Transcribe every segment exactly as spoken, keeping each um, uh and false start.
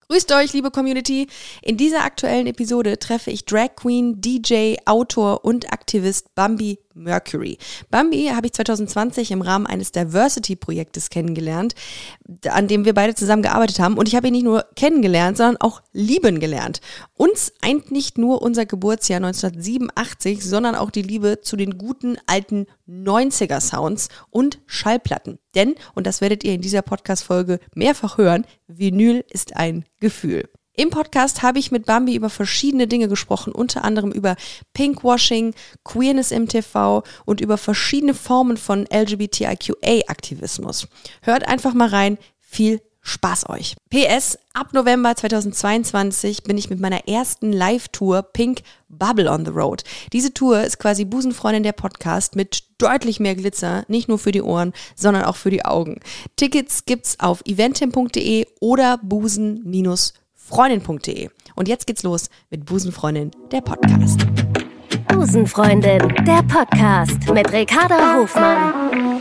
Grüßt euch, liebe Community. In dieser aktuellen Episode treffe ich Drag Queen, D J, Autor und Aktivist Bambi Mercury. Bambi habe ich zwanzig zwanzig im Rahmen eines Diversity-Projektes kennengelernt, an dem wir beide zusammen gearbeitet haben. Und ich habe ihn nicht nur kennengelernt, sondern auch lieben gelernt. Uns eint nicht nur unser Geburtsjahr neunzehnhundertsiebenundachtzig, sondern auch die Liebe zu den guten alten neunziger-Sounds und Schallplatten. Denn, und das werdet ihr in dieser Podcast-Folge mehrfach hören, Vinyl ist ein Gefühl. Im Podcast habe ich mit Bambi über verschiedene Dinge gesprochen, unter anderem über Pinkwashing, Queerness im T V und über verschiedene Formen von L G B T I Q A-Aktivismus. Hört einfach mal rein, viel Spaß euch. P S, ab November zweitausendzweiundzwanzig bin ich mit meiner ersten Live-Tour Pink Bubble on the Road. Diese Tour ist quasi Busenfreundin der Podcast mit deutlich mehr Glitzer, nicht nur für die Ohren, sondern auch für die Augen. Tickets gibt's auf eventim punkt de oder busen Freundin punkt de. Und jetzt geht's los mit Busenfreundin, der Podcast. Busenfreundin, der Podcast mit Ricarda Hofmann.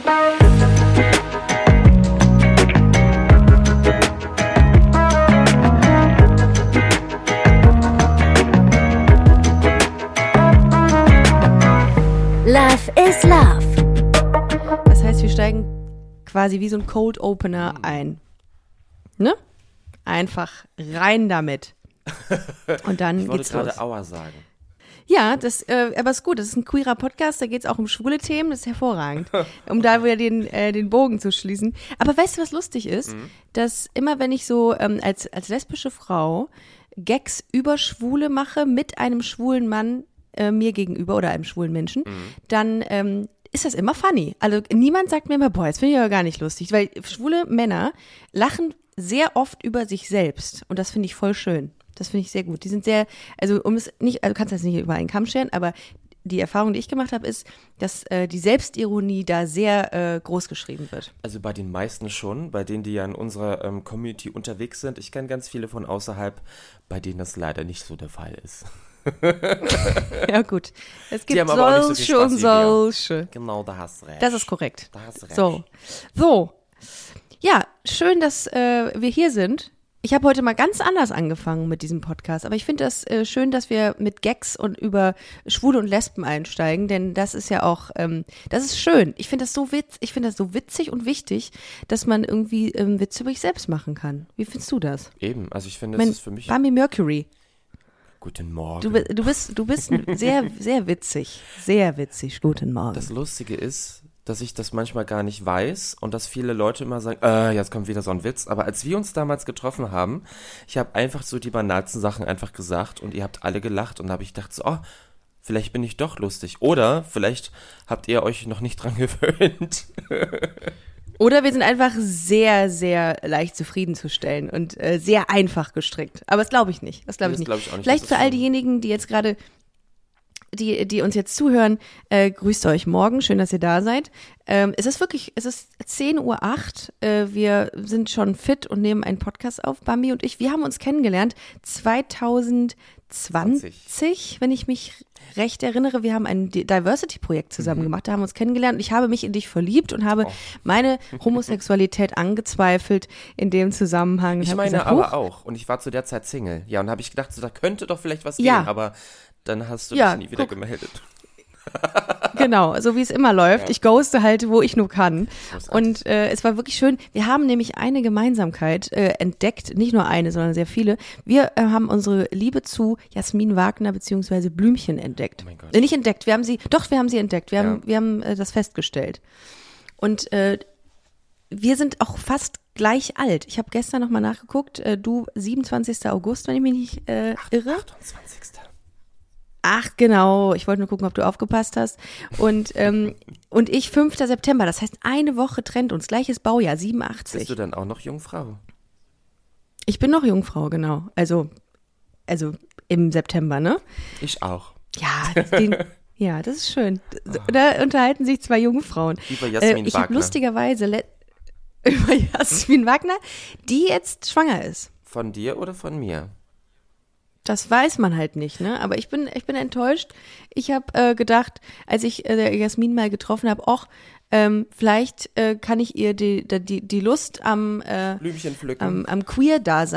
Love is Love. Das heißt, wir steigen quasi wie so ein Cold Opener ein. Ne? Einfach rein damit. Und dann ich wollte geht's gerade los. Aua sagen. Ja, das, äh, aber ist gut. Das ist ein queerer Podcast, da geht's auch um schwule Themen, das ist hervorragend. Um da wieder den, äh, den Bogen zu schließen. Aber weißt du, was lustig ist? Mhm. Dass immer, wenn ich so ähm, als, als lesbische Frau Gags über Schwule mache mit einem schwulen Mann äh, mir gegenüber oder einem schwulen Menschen, mhm. dann ähm, ist das immer funny. Also niemand sagt mir immer, boah, das finde ich aber gar nicht lustig. Weil schwule Männer lachen sehr oft über sich selbst und das finde ich voll schön. Das finde ich sehr gut. Die sind sehr, also um es nicht, also du kannst das nicht über einen Kamm scheren, aber die Erfahrung, die ich gemacht habe, ist, dass äh, die Selbstironie da sehr äh, groß geschrieben wird. Also bei den meisten schon, bei denen, die ja in unserer ähm, Community unterwegs sind. Ich kenne ganz viele von außerhalb, bei denen das leider nicht so der Fall ist. Ja gut, es gibt haben aber auch nicht so viel solche Spaß und wie wir. solche. Genau, da hast du recht. Das ist korrekt. Da hast du recht. So, so. Ja, schön, dass äh, wir hier sind. Ich habe heute mal ganz anders angefangen mit diesem Podcast, aber ich finde das äh, schön, dass wir mit Gags und über Schwule und Lesben einsteigen, denn das ist ja auch, ähm, das ist schön. Ich finde das so witz, ich finde das so witzig und wichtig, dass man irgendwie ähm, Witze über sich selbst machen kann. Wie findest du das? Eben, also ich finde, Mein, das ist für mich... Bambi Mercury. Guten Morgen. Du, du bist, du bist sehr, sehr witzig, sehr witzig. Guten Morgen. Das Lustige ist, dass ich das manchmal gar nicht weiß und dass viele Leute immer sagen, äh, jetzt kommt wieder so ein Witz. Aber als wir uns damals getroffen haben, ich habe einfach so die banalsten Sachen einfach gesagt und ihr habt alle gelacht und da habe ich gedacht so, oh, vielleicht bin ich doch lustig. Oder vielleicht habt ihr euch noch nicht dran gewöhnt. Oder wir sind einfach sehr, sehr leicht zufriedenzustellen und äh, sehr einfach gestrickt. Aber das glaube ich nicht. Das glaube ich, Das glaub ich nicht. auch nicht. Vielleicht Das für ist all schon- diejenigen, die jetzt gerade, die, die uns jetzt zuhören, äh, grüßt euch morgen. Schön, dass ihr da seid. Ähm, es ist wirklich, es ist zehn Uhr acht. Äh, wir sind schon fit und nehmen einen Podcast auf, Bambi und ich. Wir haben uns kennengelernt zwanzig zwanzig, wenn ich mich recht erinnere. Wir haben ein Diversity-Projekt zusammen Mhm. gemacht, da haben wir uns kennengelernt und ich habe mich in dich verliebt und habe Oh. meine Homosexualität angezweifelt in dem Zusammenhang. Ich Hab meine gesagt, aber huch, auch. Und ich war zu der Zeit Single. Ja, und habe ich gedacht, so, da könnte doch vielleicht was Ja. gehen. Aber dann hast du Ja, dich nie wieder guck. gemeldet. Genau, so wie es immer läuft. Ja. Ich ghoste halt, wo ich nur kann. Großartig. Und äh, es war wirklich schön. Wir haben nämlich eine Gemeinsamkeit äh, entdeckt, nicht nur eine, sondern sehr viele. Wir äh, haben unsere Liebe zu Jasmin Wagner beziehungsweise Blümchen entdeckt. Oh mein Gott. Äh, nicht entdeckt, wir haben sie, doch, wir haben sie entdeckt. Wir Ja. haben, wir haben äh, das festgestellt. Und äh, wir sind auch fast gleich alt. Ich habe gestern nochmal nachgeguckt. Äh, du siebenundzwanzigsten August, wenn ich mich nicht äh, irre. achtundzwanzigsten Ach, genau. Ich wollte nur gucken, ob du aufgepasst hast. Und, ähm, und ich fünften September. Das heißt, eine Woche trennt uns. Gleiches Baujahr, siebenundachtzig. Bist du dann auch noch Jungfrau? Ich bin noch Jungfrau, genau. Also, also im September, ne? Ich auch. Ja, den, ja, das ist schön. Da unterhalten sich zwei Jungfrauen. Über Jasmin äh, ich habe Wagner. lustigerweise le- über Jasmin Wagner, die jetzt schwanger ist. Von dir oder von mir? Das weiß man halt nicht, ne? Aber ich bin, ich bin enttäuscht. Ich habe äh, gedacht, als ich äh, Jasmin mal getroffen habe, ach, ähm, vielleicht äh, kann ich ihr die, die, die Lust am, äh, Blümchen pflücken. am, am Queer-Dasein.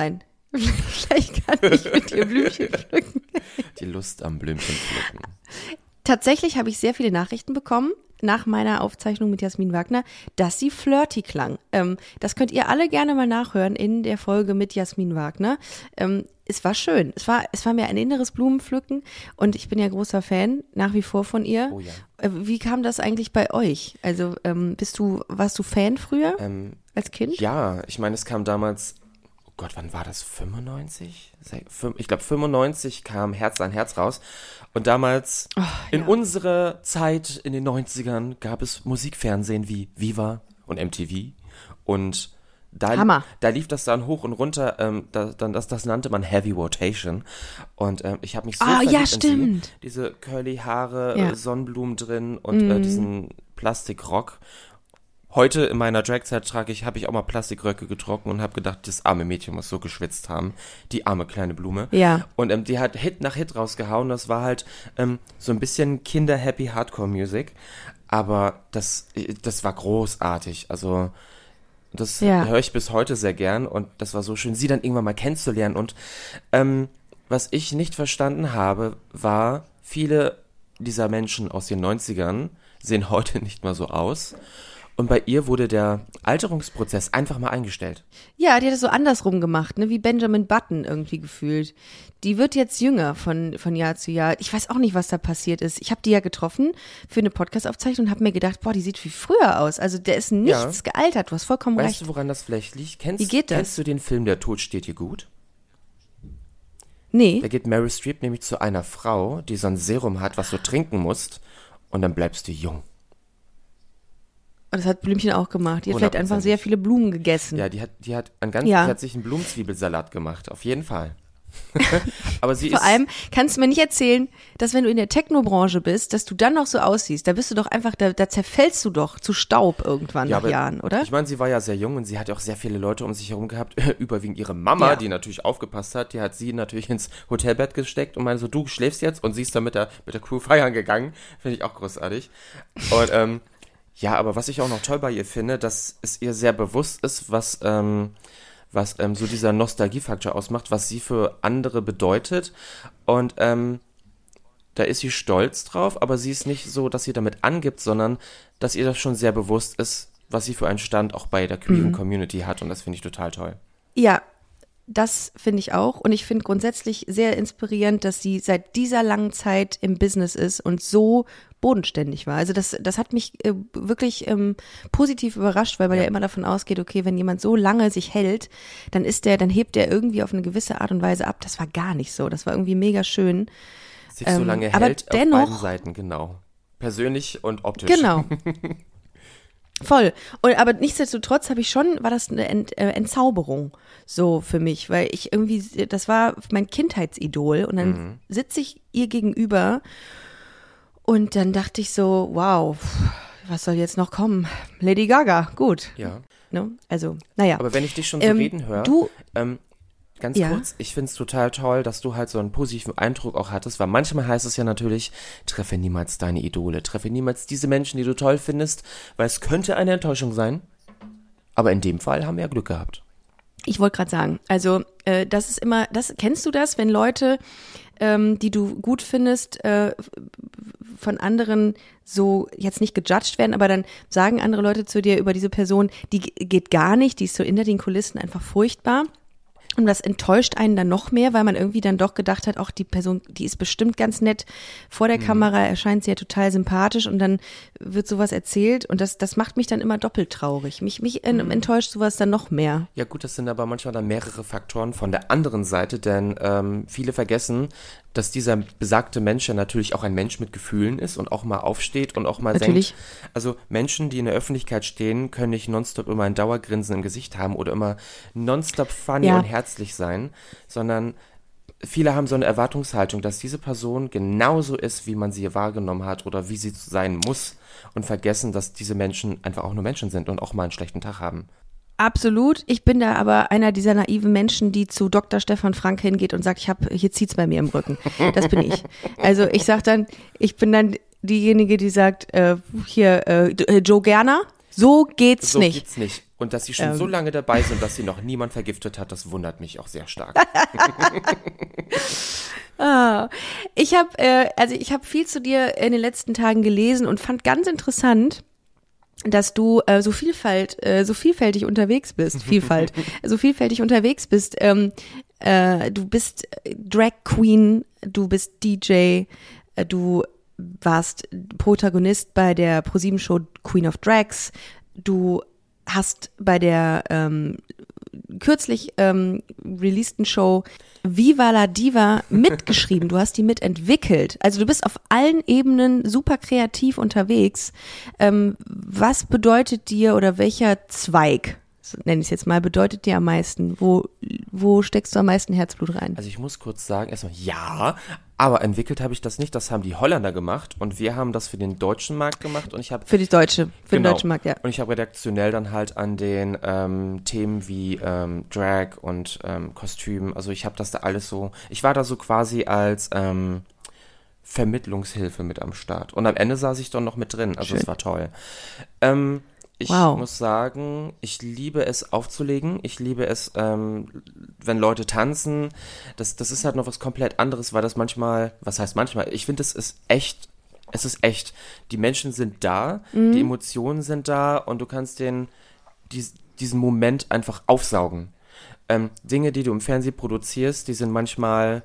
Vielleicht kann ich mit dir Blümchen pflücken. Die Lust am Blümchen pflücken. Tatsächlich habe ich sehr viele Nachrichten bekommen nach meiner Aufzeichnung mit Jasmin Wagner, dass sie flirty klang. Ähm, das könnt ihr alle gerne mal nachhören in der Folge mit Jasmin Wagner. Ähm, es war schön. Es war, es war mir ein inneres Blumenpflücken und ich bin ja großer Fan nach wie vor von ihr. Oh ja. Äh, wie kam das eigentlich bei euch? Also ähm, bist du, warst du Fan früher Ähm, als Kind? Ja, ich meine, es kam damals, oh Gott, wann war das? fünfundneunzig? Ich glaube, fünfundneunzig kam Herz an Herz raus. Und damals, Oh, in ja. unserer Zeit in den neunzigern, gab es Musikfernsehen wie Viva und M T V. Und da, Hammer. da lief das dann hoch und runter, ähm, da, dann, das, das nannte man Heavy Rotation. Und ähm, ich habe mich so Ah, verliebt ja, in stimmt. sie. Diese curly Haare, Ja. äh, Sonnenblumen drin und äh, diesen Plastikrock. Heute in meiner Dragzeit trage ich, habe ich auch mal Plastikröcke getrocknet und habe gedacht, das arme Mädchen muss so geschwitzt haben, die arme kleine Blume. Ja. Und ähm, die hat Hit nach Hit rausgehauen. Das war halt ähm, so ein bisschen Kinder-Happy Hardcore-Music, aber das, das war großartig. Also das Ja. höre ich bis heute sehr gern und das war so schön, sie dann irgendwann mal kennenzulernen. Und ähm, was ich nicht verstanden habe, war, viele dieser Menschen aus den neunzigern sehen heute nicht mal so aus. Und bei ihr wurde der Alterungsprozess einfach mal eingestellt. Ja, die hat es so andersrum gemacht, ne, wie Benjamin Button irgendwie gefühlt. Die wird jetzt jünger von, von Jahr zu Jahr. Ich weiß auch nicht, was da passiert ist. Ich habe die ja getroffen für eine Podcast-Aufzeichnung und habe mir gedacht, boah, die sieht wie früher aus. Also der ist nichts Ja. gealtert. Du hast vollkommen Weißt recht. du, woran das vielleicht liegt? Kennst, Wie geht das? Kennst du den Film Der Tod steht dir gut? Nee. Da geht Meryl Streep nämlich zu einer Frau, die so ein Serum hat, was du trinken musst und dann bleibst du jung. Und das hat Blümchen auch gemacht. Die hat vielleicht einfach Hundertprozentig. sehr viele Blumen gegessen. Ja, die hat, die hat, einen ganz, Ja. die hat sich einen Blumenzwiebelsalat gemacht, auf jeden Fall. Aber sie Vor ist, allem kannst du mir nicht erzählen, dass wenn du in der Techno-Branche bist, dass du dann noch so aussiehst. Da bist du doch einfach, da, da zerfällst du doch zu Staub irgendwann ja, nach aber Jahren, oder? Ich meine, sie war ja sehr jung und sie hat ja auch sehr viele Leute um sich herum gehabt, überwiegend ihre Mama, Ja. die natürlich aufgepasst hat, die hat sie natürlich ins Hotelbett gesteckt und meinte so, du schläfst jetzt, und sie ist dann mit der, mit der Crew feiern gegangen. Finde ich auch großartig. Und ähm, ja, aber was ich auch noch toll bei ihr finde, dass es ihr sehr bewusst ist, was, ähm, was ähm, so dieser Nostalgiefaktor ausmacht, was sie für andere bedeutet. Und ähm, da ist sie stolz drauf, aber sie ist nicht so, dass sie damit angibt, sondern dass ihr das schon sehr bewusst ist, was sie für einen Stand auch bei der queeren Mhm. Community hat. Und das finde ich total toll. Ja, das finde ich auch. Und ich finde grundsätzlich sehr inspirierend, dass sie seit dieser langen Zeit im Business ist und so bodenständig war. Also das, das hat mich äh, wirklich ähm, positiv überrascht, weil man ja. Ja. immer davon ausgeht, okay, wenn jemand so lange sich hält, dann ist der, dann hebt der irgendwie auf eine gewisse Art und Weise ab. Das war gar nicht so. Das war irgendwie mega schön. Sich so Ähm, lange aber hält dennoch- auf beiden Seiten, genau. Persönlich und optisch. Genau. Voll. Und, aber nichtsdestotrotz habe ich schon, war das eine Ent, äh, Entzauberung so für mich, weil ich irgendwie, das war mein Kindheitsidol und dann Mhm. sitze ich ihr gegenüber und dann dachte ich so, wow, was soll jetzt noch kommen? Lady Gaga, gut. Ja. Ne? Also, naja. Aber wenn ich dich schon so Ähm, reden höre, du- ähm, ganz Ja. kurz, ich finde es total toll, dass du halt so einen positiven Eindruck auch hattest, weil manchmal heißt es ja natürlich, treffe niemals deine Idole, treffe niemals diese Menschen, die du toll findest, weil es könnte eine Enttäuschung sein. Aber in dem Fall haben wir ja Glück gehabt. Ich wollte gerade sagen, also äh, das ist immer, das kennst du das, wenn Leute, ähm, die du gut findest, äh, von anderen so jetzt nicht gejudged werden, aber dann sagen andere Leute zu dir über diese Person, die g- geht gar nicht, die ist so hinter den Kulissen einfach furchtbar. Und das enttäuscht einen dann noch mehr, weil man irgendwie dann doch gedacht hat, auch die Person, die ist bestimmt ganz nett. Vor der Kamera erscheint sie ja total sympathisch und dann wird sowas erzählt und das, das macht mich dann immer doppelt traurig. Mich, mich en- enttäuscht sowas dann noch mehr. Ja gut, das sind aber manchmal dann mehrere Faktoren von der anderen Seite, denn ähm, viele vergessen, dass dieser besagte Mensch ja natürlich auch ein Mensch mit Gefühlen ist und auch mal aufsteht und auch mal Natürlich. denkt, also Menschen, die in der Öffentlichkeit stehen, können nicht nonstop immer ein Dauergrinsen im Gesicht haben oder immer nonstop funny Ja. und herzlich sein, sondern viele haben so eine Erwartungshaltung, dass diese Person genauso ist, wie man sie wahrgenommen hat oder wie sie sein muss und vergessen, dass diese Menschen einfach auch nur Menschen sind und auch mal einen schlechten Tag haben. Absolut. Ich bin da aber einer dieser naiven Menschen, die zu Doktor Stefan Frank hingeht und sagt, ich habe, hier zieht's bei mir im Rücken. Das bin ich. Also ich sag dann, ich bin dann diejenige, die sagt, äh, hier, äh, Joe Gerner, so geht's So nicht. geht's nicht. Und dass sie schon Ähm. so lange dabei sind, dass sie noch niemand vergiftet hat, das wundert mich auch sehr stark. Ah, ich habe äh, also ich habe viel zu dir in den letzten Tagen gelesen und fand ganz interessant, dass du äh, so Vielfalt, äh, so vielfältig unterwegs bist, Vielfalt, so vielfältig unterwegs bist. Ähm, äh, du bist Drag Queen, du bist D J, äh, du warst Protagonist bei der ProSieben Show Queen of Drags, du hast bei der ähm, kürzlich ähm, releaseden Show Viva la Diva mitgeschrieben, du hast die mitentwickelt. Also du bist auf allen Ebenen super kreativ unterwegs. Ähm, was bedeutet dir oder welcher Zweig, so nenne ich es jetzt mal, bedeutet dir am meisten? Wo, wo steckst du am meisten Herzblut rein? Also ich muss kurz sagen, erstmal ja, aber entwickelt habe ich das nicht, das haben die Holländer gemacht und wir haben das für den deutschen Markt gemacht und ich habe Für die deutsche, für genau, den deutschen Markt, ja. Und ich habe redaktionell dann halt an den ähm, Themen wie ähm, Drag und ähm, Kostüm, also ich habe das da alles so, ich war da so quasi als ähm, Vermittlungshilfe mit am Start und am Ende saß ich dann noch mit drin, also es war toll. Ähm, Ich Wow. muss sagen, ich liebe es aufzulegen. Ich liebe es, ähm, wenn Leute tanzen. Das, das ist halt noch was komplett anderes, weil das manchmal, was heißt manchmal? Ich finde, es ist echt, es ist echt. Die Menschen sind da, Mhm. die Emotionen sind da und du kannst den, dies, diesen Moment einfach aufsaugen. Ähm, Dinge, die du im Fernsehen produzierst, die sind manchmal,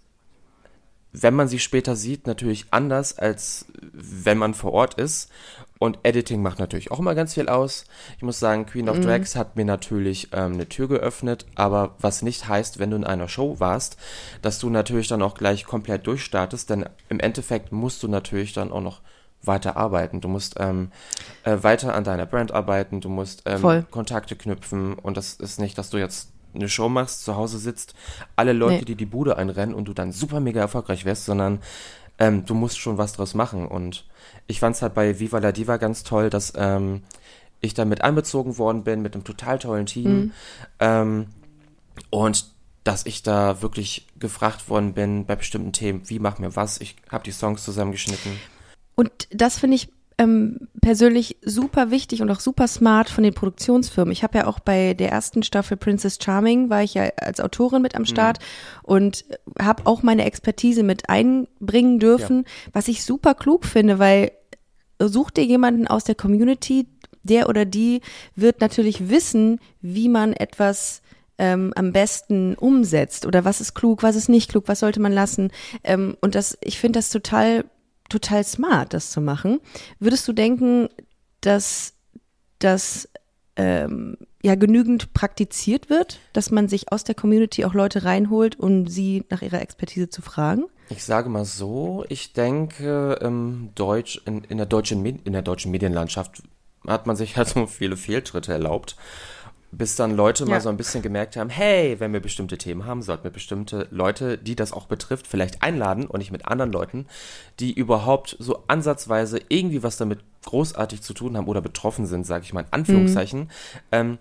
wenn man sie später sieht, natürlich anders, als wenn man vor Ort ist. Und Editing macht natürlich auch immer ganz viel aus. Ich muss sagen, Queen of Drags hat mir natürlich ähm, eine Tür geöffnet, aber was nicht heißt, wenn du in einer Show warst, dass du natürlich dann auch gleich komplett durchstartest, denn im Endeffekt musst du natürlich dann auch noch weiter arbeiten. Du musst ähm, äh, weiter an deiner Brand arbeiten, du musst ähm, Voll. Kontakte knüpfen und das ist nicht, dass du jetzt eine Show machst, zu Hause sitzt, alle Leute, Nee. die die Bude einrennen und du dann super mega erfolgreich wirst, sondern ähm, du musst schon was draus machen. Und ich fand es halt bei Viva la Diva ganz toll, dass ähm, ich da mit einbezogen worden bin, mit einem total tollen Team Mhm. ähm, und dass ich da wirklich gefragt worden bin bei bestimmten Themen, wie mach mir was, ich habe die Songs zusammengeschnitten. Und das finde ich ähm, persönlich super wichtig und auch super smart von den Produktionsfirmen. Ich habe ja auch bei der ersten Staffel Princess Charming, war ich ja als Autorin mit am Start und habe auch meine Expertise mit einbringen dürfen, was ich super klug finde, weil such dir jemanden aus der Community, der oder die wird natürlich wissen, wie man etwas ähm, am besten umsetzt oder was ist klug, was ist nicht klug, was sollte man lassen. Ähm, und das, ich finde das total total smart, das zu machen. Würdest du denken, dass das ähm, ja genügend praktiziert wird, dass man sich aus der Community auch Leute reinholt, um sie nach ihrer Expertise zu fragen? Ich sage mal so, ich denke, im Deutsch, in, in, der deutschen, Med- in der deutschen Medienlandschaft hat man sich halt so viele Fehltritte erlaubt, bis dann Leute mal Ja. so ein bisschen gemerkt haben, hey, wenn wir bestimmte Themen haben, sollten wir bestimmte Leute, die das auch betrifft, vielleicht einladen und nicht mit anderen Leuten, die überhaupt so ansatzweise irgendwie was damit großartig zu tun haben oder betroffen sind, sage ich mal in Anführungszeichen. Mhm. Ähm,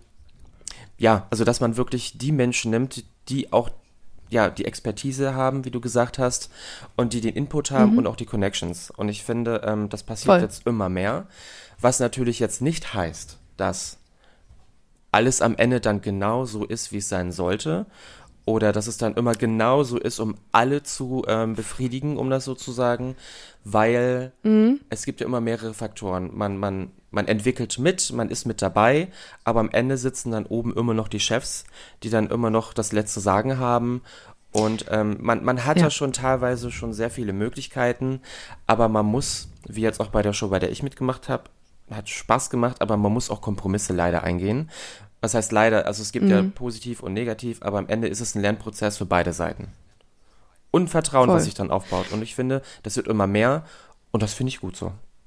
ja, also dass man wirklich die Menschen nimmt, die auch ja, die Expertise haben, wie du gesagt hast, und die den Input haben Mhm. und auch die Connections. Und ich finde, ähm, das passiert Voll. jetzt immer mehr, was natürlich jetzt nicht heißt, dass alles am Ende dann genau so ist, wie es sein sollte, oder dass es dann immer genau so ist, um alle zu ähm, befriedigen, um das so zu sagen, weil Mhm. es gibt ja immer mehrere Faktoren. Man, man, man entwickelt mit, man ist mit dabei, aber am Ende sitzen dann oben immer noch die Chefs, die dann immer noch das letzte Sagen haben. Und ähm, man, man hat ja. Ja. schon teilweise schon sehr viele Möglichkeiten, aber man muss, wie jetzt auch bei der Show, bei der ich mitgemacht habe, hat Spaß gemacht, aber man muss auch Kompromisse leider eingehen. Was heißt leider, also es gibt Mhm. ja positiv und negativ, aber am Ende ist es ein Lernprozess für beide Seiten. Und Vertrauen, Voll. was sich dann aufbaut. Und ich finde, das wird immer mehr und das finde ich gut so.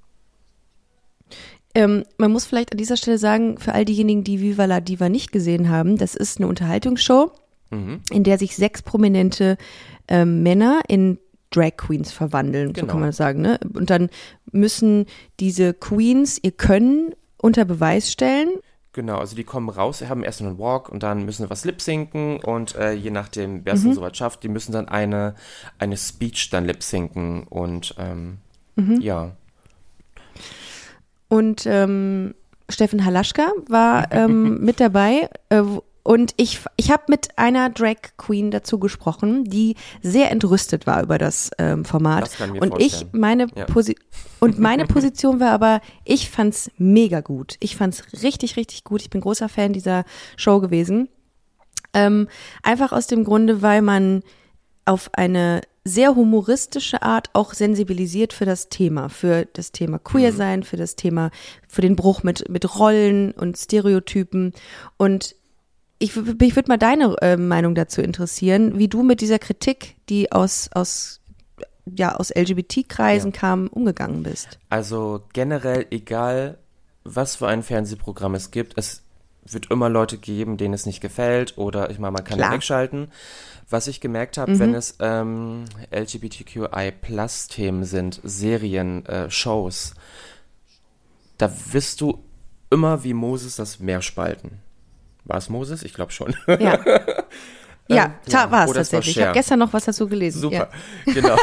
Ähm, man muss vielleicht an dieser Stelle sagen, für all diejenigen, die Viva la Diva nicht gesehen haben, das ist eine Unterhaltungsshow, Mhm. in der sich sechs prominente ähm, Männer in Drag Queens verwandeln, so Genau. kann man das sagen, ne? Und dann müssen diese Queens ihr Können unter Beweis stellen. Genau, also die kommen raus, haben erst einen Walk und dann müssen sie was lip-sinken und äh, je nachdem, wer es dann soweit schafft, die müssen dann eine, eine Speech dann lip-sinken und ähm, ja. Und ähm, Steffen Halaschka war ähm, mit dabei. Äh, Und ich, ich habe mit einer Drag Queen dazu gesprochen, die sehr entrüstet war über das ähm, Format. Das kann ich mir und vorstellen. ich meine Ja. Posi- und meine Position war aber, ich fand's mega gut. Ich fand's richtig, richtig gut. Ich bin großer Fan dieser Show gewesen. Ähm, einfach aus dem Grunde, weil man auf eine sehr humoristische Art auch sensibilisiert für das Thema, für das Thema Queer sein, für das Thema, für den Bruch mit, mit Rollen und Stereotypen. Und Ich, ich würde mal deine äh, Meinung dazu interessieren, wie du mit dieser Kritik, die aus, aus, ja, aus L G B T-Kreisen Ja. kam, umgegangen bist. Also generell, egal was für ein Fernsehprogramm es gibt, es wird immer Leute geben, denen es nicht gefällt oder ich meine, man kann Klar. ja wegschalten. Was ich gemerkt habe, Mhm. wenn es ähm, L G B T Q I Plus Themen sind, Serien, äh, Shows, da wirst du immer wie Moses das Meer spalten. War es Moses? Ich glaube schon. Ja, ja, ta- war es Oder es war tatsächlich. Ich Cher. habe gestern noch was dazu gelesen. Super, Ja. genau.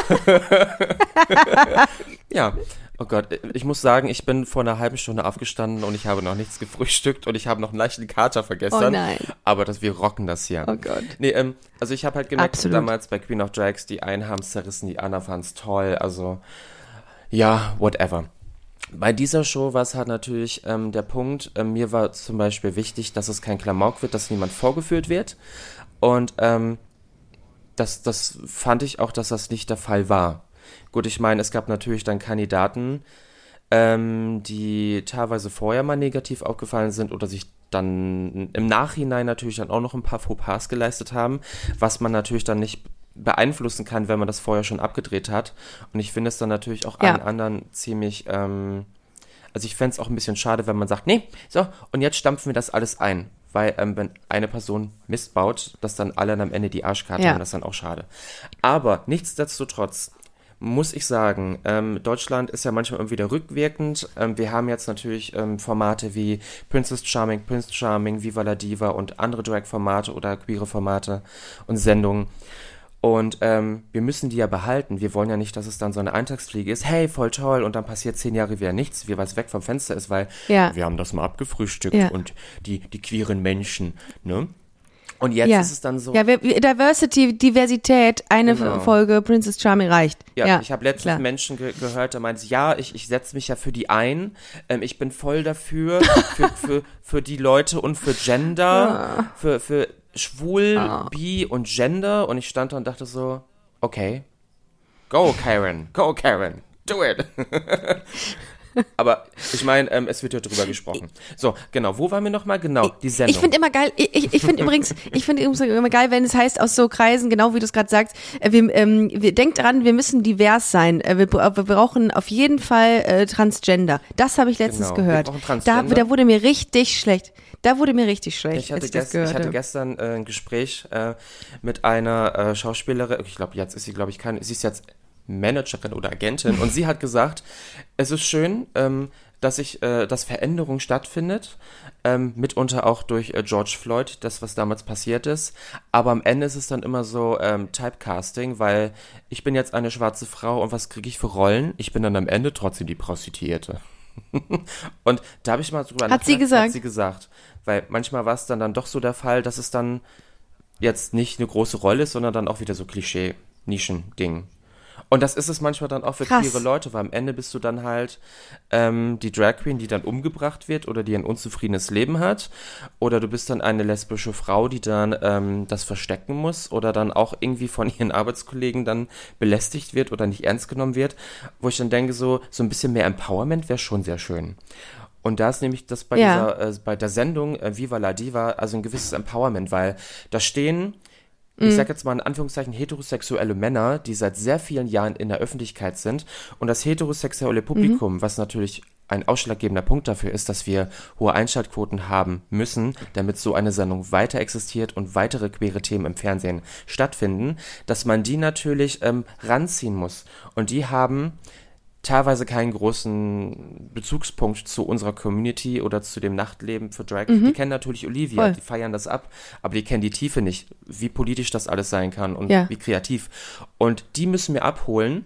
Ja, oh Gott, ich muss sagen, ich bin vor einer halben Stunde aufgestanden und ich habe noch nichts gefrühstückt und ich habe noch einen leichten Kater vergessen. Oh nein. Aber das, wir rocken das hier. Oh Gott. Nee, ähm, also ich habe halt gemerkt, Absolut. damals bei Queen of Drags, die einen haben es zerrissen, die anderen fanden es toll, also ja, whatever. Bei dieser Show war es halt natürlich ähm, der Punkt, ähm, mir war zum Beispiel wichtig, dass es kein Klamauk wird, dass niemand vorgeführt wird und ähm, das, das fand ich auch, dass das nicht der Fall war. Gut, ich meine, es gab natürlich dann Kandidaten, ähm, die teilweise vorher mal negativ aufgefallen sind oder sich dann im Nachhinein natürlich dann auch noch ein paar Fauxpas geleistet haben, was man natürlich dann nicht beeinflussen kann, wenn man das vorher schon abgedreht hat. Und ich finde es dann natürlich auch Ja. allen anderen ziemlich, ähm, also ich fände es auch ein bisschen schade, wenn man sagt, nee, so, und jetzt stampfen wir das alles ein. Weil ähm, wenn eine Person Mist baut, dass dann alle am Ende die Arschkarte Ja. haben, das ist dann auch schade. Aber nichtsdestotrotz muss ich sagen, ähm, Deutschland ist ja manchmal irgendwie wieder rückwirkend. Ähm, wir haben jetzt natürlich ähm, Formate wie Princess Charming, Prince Charming, Viva la Diva und andere Drag-Formate oder queere Formate und Sendungen. Und ähm, wir müssen die ja behalten. Wir wollen ja nicht, dass es dann so eine Eintagsfliege ist. Hey, voll toll. Und dann passiert zehn Jahre wieder nichts, wie was weg vom Fenster ist, weil Ja. wir haben das mal abgefrühstückt Ja. und die, die queeren Menschen, ne? Und jetzt ja. ist es dann so. Ja, wir, wir- Diversity, Diversität, eine Genau. Folge Princess Charming reicht. Ja, Ja, ich habe letztens klar. Menschen ge gehört, der meint, ja, ich, ich setze mich ja für die ein, ähm, ich bin voll dafür, für, für, für die Leute und für Gender, für, für schwul, bi und Gender und ich stand da und dachte so, okay, go Karen, go Karen, do it. Aber ich meine, ähm, es wird ja drüber gesprochen. So, genau, wo waren wir nochmal? Genau, die Sendung. Ich finde immer geil, ich, ich, ich finde übrigens, ich finde übrigens immer geil, wenn es heißt aus so Kreisen, genau wie du es gerade sagst, äh, wir, ähm, wir denkt dran, wir müssen divers sein. Äh, wir, bra- wir brauchen auf jeden Fall äh, Transgender. Das habe ich letztens Genau, wir gehört. brauchen Da, Transgender. da wurde mir richtig schlecht. Da wurde mir richtig schlecht, Ich hatte, als ich das gest, gehört ich hatte habe. gestern äh, ein Gespräch äh, mit einer äh, Schauspielerin, ich glaube, jetzt ist sie, glaube ich, keine, sie ist jetzt Managerin oder Agentin und sie hat gesagt, es ist schön, ähm, dass ich, äh, dass Veränderung stattfindet, ähm, mitunter auch durch äh, George Floyd, das, was damals passiert ist, aber am Ende ist es dann immer so ähm, Typecasting, weil ich bin jetzt eine schwarze Frau und was kriege ich für Rollen? Ich bin dann am Ende trotzdem die Prostituierte. Und da habe ich mal drüber Hat sie gesagt? Hat sie gesagt. Weil manchmal war es dann, dann doch so der Fall, dass es dann jetzt nicht eine große Rolle ist, sondern dann auch wieder so Klischee-Nischen-Ding. Und das ist es manchmal dann auch für Krass. queere Leute, weil am Ende bist du dann halt ähm, die Drag Queen, die dann umgebracht wird oder die ein unzufriedenes Leben hat. Oder du bist dann eine lesbische Frau, die dann ähm, das verstecken muss oder dann auch irgendwie von ihren Arbeitskollegen dann belästigt wird oder nicht ernst genommen wird. Wo ich dann denke, so, so ein bisschen mehr Empowerment wäre schon sehr schön. Und da ist nämlich das bei Ja. dieser, äh, bei der Sendung äh, Viva la Diva, also ein gewisses Empowerment, weil da stehen, ich sag jetzt mal in Anführungszeichen, heterosexuelle Männer, die seit sehr vielen Jahren in der Öffentlichkeit sind und das heterosexuelle Publikum, was natürlich ein ausschlaggebender Punkt dafür ist, dass wir hohe Einschaltquoten haben müssen, damit so eine Sendung weiter existiert und weitere queere Themen im Fernsehen stattfinden, dass man die natürlich ähm, ranziehen muss. Und die haben teilweise keinen großen Bezugspunkt zu unserer Community oder zu dem Nachtleben für Drag. Die kennen natürlich Olivia, Voll. die feiern das ab, aber die kennen die Tiefe nicht, wie politisch das alles sein kann und Ja. wie kreativ. Und die müssen wir abholen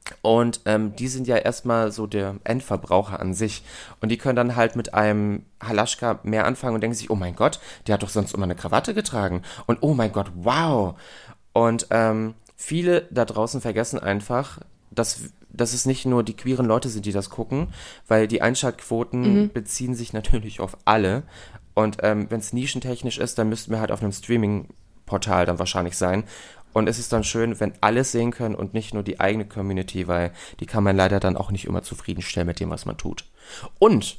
Und ähm, die sind ja erstmal so der Endverbraucher an sich. Und die können dann halt mit einem Halaschka mehr anfangen und denken sich, oh mein Gott, der hat doch sonst immer eine Krawatte getragen. Und oh mein Gott, wow. Und ähm, viele da draußen vergessen einfach, dass, dass es nicht nur die queeren Leute sind, die das gucken, weil die Einschaltquoten mhm. beziehen sich natürlich auf alle. Und ähm, wenn es nischentechnisch ist, dann müssten wir halt auf einem Streaming-Portal dann wahrscheinlich sein. Und es ist dann schön, wenn alle sehen können und nicht nur die eigene Community, weil die kann man leider dann auch nicht immer zufriedenstellen mit dem, was man tut. Und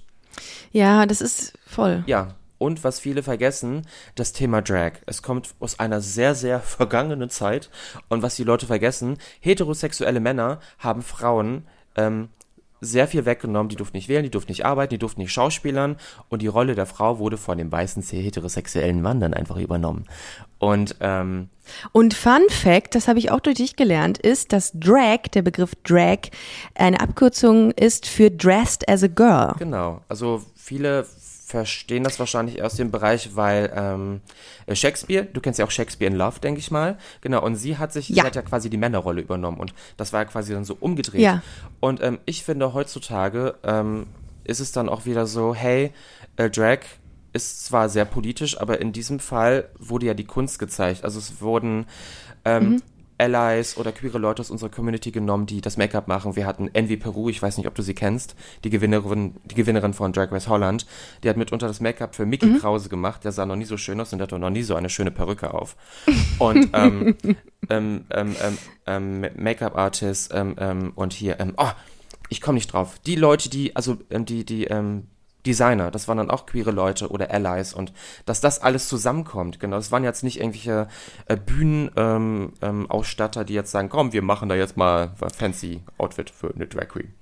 ja, das ist voll. Ja, und was viele vergessen, das Thema Drag. Es kommt aus einer sehr, sehr vergangenen Zeit. Und was die Leute vergessen, heterosexuelle Männer haben Frauen ähm, sehr viel weggenommen. Die durften nicht wählen, die durften nicht arbeiten, die durften nicht schauspielern. Und die Rolle der Frau wurde von dem weißen, sehr heterosexuellen Mann dann einfach übernommen. Und ähm, Und Fun Fact, das habe ich auch durch dich gelernt, ist, dass Drag, der Begriff Drag, eine Abkürzung ist für Dressed as a Girl. Genau, also viele verstehen das wahrscheinlich aus dem Bereich, weil ähm, Shakespeare, du kennst ja auch Shakespeare in Love, denke ich mal, genau, und sie hat sich, ja. sie hat ja quasi die Männerrolle übernommen und das war ja quasi dann so umgedreht. Ja. Und ähm, ich finde, heutzutage ähm, ist es dann auch wieder so, hey, äh, Drag ist zwar sehr politisch, aber in diesem Fall wurde ja die Kunst gezeigt. Also es wurden ähm, mhm. Allies oder queere Leute aus unserer Community genommen, die das Make-up machen. Wir hatten Envy Peru, ich weiß nicht, ob du sie kennst, die Gewinnerin, die Gewinnerin von Drag Race Holland. Die hat mitunter das Make-up für Mickey mhm. Krause gemacht. Der sah noch nie so schön aus und der hat noch nie so eine schöne Perücke auf. Und ähm, ähm, ähm, ähm, ähm, Make-up-Artist ähm, ähm, und hier, ähm, oh, ich komme nicht drauf. Die Leute, die, also ähm, die, die, ähm, Designer, das waren dann auch queere Leute oder Allies und dass das alles zusammenkommt, genau, das waren jetzt nicht irgendwelche äh, Bühnenausstatter, ähm, ähm, die jetzt sagen, komm, wir machen da jetzt mal ein fancy Outfit für eine Drag Queen.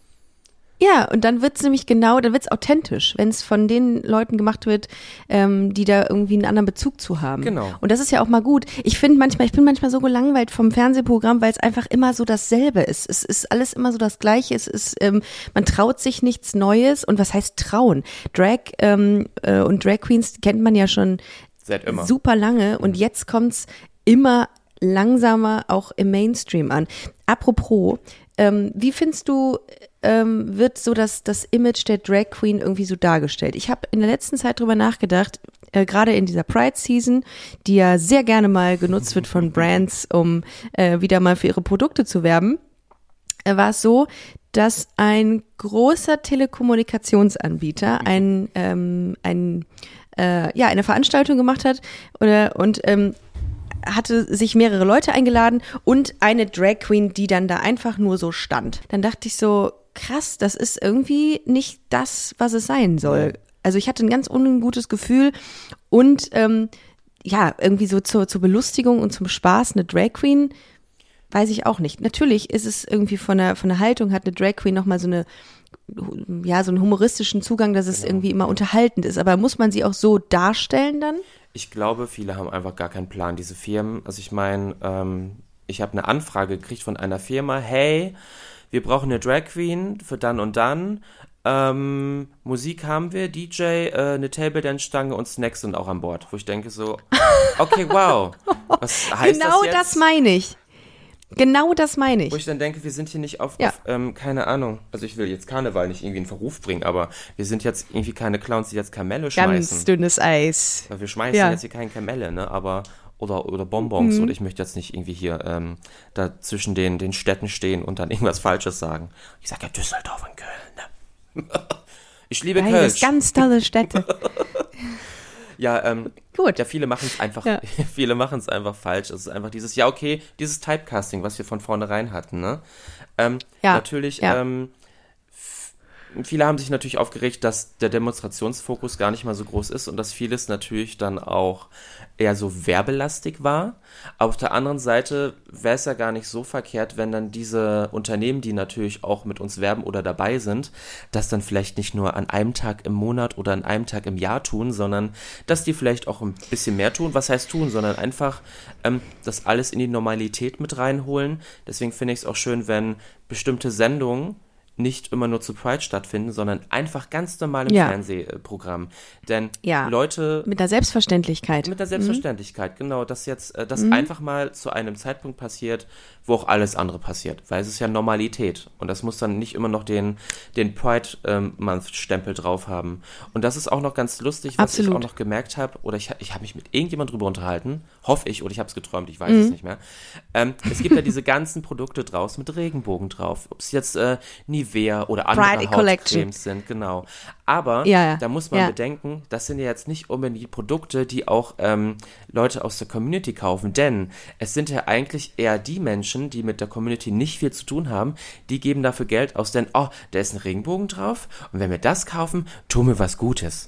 Ja, und dann wird's nämlich genau, dann wird's authentisch, wenn es von den Leuten gemacht wird, ähm, die da irgendwie einen anderen Bezug zu haben. Genau. Und das ist ja auch mal gut. Ich finde manchmal, ich bin manchmal so gelangweilt vom Fernsehprogramm, weil es einfach immer so dasselbe ist. Es ist alles immer so das Gleiche. Es ist, ähm, man traut sich nichts Neues. Und was heißt trauen? Drag ähm, äh, und Drag Queens kennt man ja schon seit immer super lange. Und jetzt kommt's immer langsamer auch im Mainstream an. Apropos, ähm, wie findest du, ähm, wird so das, das Image der Drag Queen irgendwie so dargestellt? Ich habe in der letzten Zeit drüber nachgedacht, äh, gerade in dieser Pride-Season, die ja sehr gerne mal genutzt wird von Brands, um äh, wieder mal für ihre Produkte zu werben, äh, war es so, dass ein großer Telekommunikationsanbieter ein, ähm, ein, äh, ja, eine Veranstaltung gemacht hat oder, und ähm, hatte sich mehrere Leute eingeladen und eine Drag Queen, die dann da einfach nur so stand. Dann dachte ich so, krass, das ist irgendwie nicht das, was es sein soll. Also ich hatte ein ganz ungutes Gefühl und ähm, ja, irgendwie so zur, zur Belustigung und zum Spaß eine Drag Queen, weiß ich auch nicht. Natürlich ist es irgendwie von der, von der Haltung, hat eine Drag Queen nochmal so eine, ja, so einen humoristischen Zugang, dass es genau. irgendwie immer unterhaltend ist. Aber muss man sie auch so darstellen dann? Ich glaube, viele haben einfach gar keinen Plan, diese Firmen. Also ich meine, ähm, ich habe eine Anfrage gekriegt von einer Firma, hey, wir brauchen eine Drag Queen für dann und dann. Ähm, Musik haben wir, D J, äh, eine Table Dance Stange und Snacks sind auch an Bord. Wo ich denke so, okay, wow. Was heißt genau das jetzt? das meine ich. Genau das meine ich. Wo ich dann denke, wir sind hier nicht auf, ja. auf ähm, keine Ahnung, also ich will jetzt Karneval nicht irgendwie in Verruf bringen, aber wir sind jetzt irgendwie keine Clowns, die jetzt Kamelle schmeißen. Ganz dünnes Eis. Weil wir schmeißen ja. jetzt hier keine Kamelle, ne, aber, oder, oder Bonbons, mhm. oder ich möchte jetzt nicht irgendwie hier ähm, da zwischen den, den Städten stehen und dann irgendwas Falsches sagen. Ich sage ja Düsseldorf und Köln, ne. Ich liebe Köln. Beides ganz tolle Städte. Ja, ähm, Gut. ja, viele machen es einfach, ja. viele machen es einfach falsch. Es ist einfach dieses, ja, okay, dieses Typecasting, was wir von vornherein hatten, ne? Ähm, ja. Natürlich, ja. ähm, f- viele haben sich natürlich aufgeregt, dass der Demonstrationsfokus gar nicht mal so groß ist und dass vieles natürlich dann auch eher so werbelastig war. Aber auf der anderen Seite wäre es ja gar nicht so verkehrt, wenn dann diese Unternehmen, die natürlich auch mit uns werben oder dabei sind, das dann vielleicht nicht nur an einem Tag im Monat oder an einem Tag im Jahr tun, sondern dass die vielleicht auch ein bisschen mehr tun. Was heißt tun? Sondern einfach ähm, das alles in die Normalität mit reinholen. Deswegen finde ich es auch schön, wenn bestimmte Sendungen nicht immer nur zu Pride stattfinden, sondern einfach ganz normal im Ja. Fernsehprogramm. Denn Ja. Leute... Mit der Selbstverständlichkeit. Mit der Selbstverständlichkeit, mhm. genau, dass jetzt äh, das Mhm. einfach mal zu einem Zeitpunkt passiert, wo auch alles andere passiert, weil es ist ja Normalität und das muss dann nicht immer noch den, den Pride-Month-Stempel drauf haben. Und das ist auch noch ganz lustig, was Absolut. ich auch noch gemerkt habe, oder ich, ich habe mich mit irgendjemand drüber unterhalten, hoffe ich, oder ich habe es geträumt, ich weiß Mhm. es nicht mehr. Ähm, es gibt ja diese ganzen Produkte draußen mit Regenbogen drauf, ob es jetzt äh, Nivea oder andere Pride Collection. Hautcremes sind, genau. Aber Ja, ja. da muss man Ja. bedenken, das sind ja jetzt nicht unbedingt Produkte, die auch ähm, Leute aus der Community kaufen, denn es sind ja eigentlich eher die Menschen, die mit der Community nicht viel zu tun haben, die geben dafür Geld aus, denn, oh, da ist ein Regenbogen drauf und wenn wir das kaufen, tun wir was Gutes.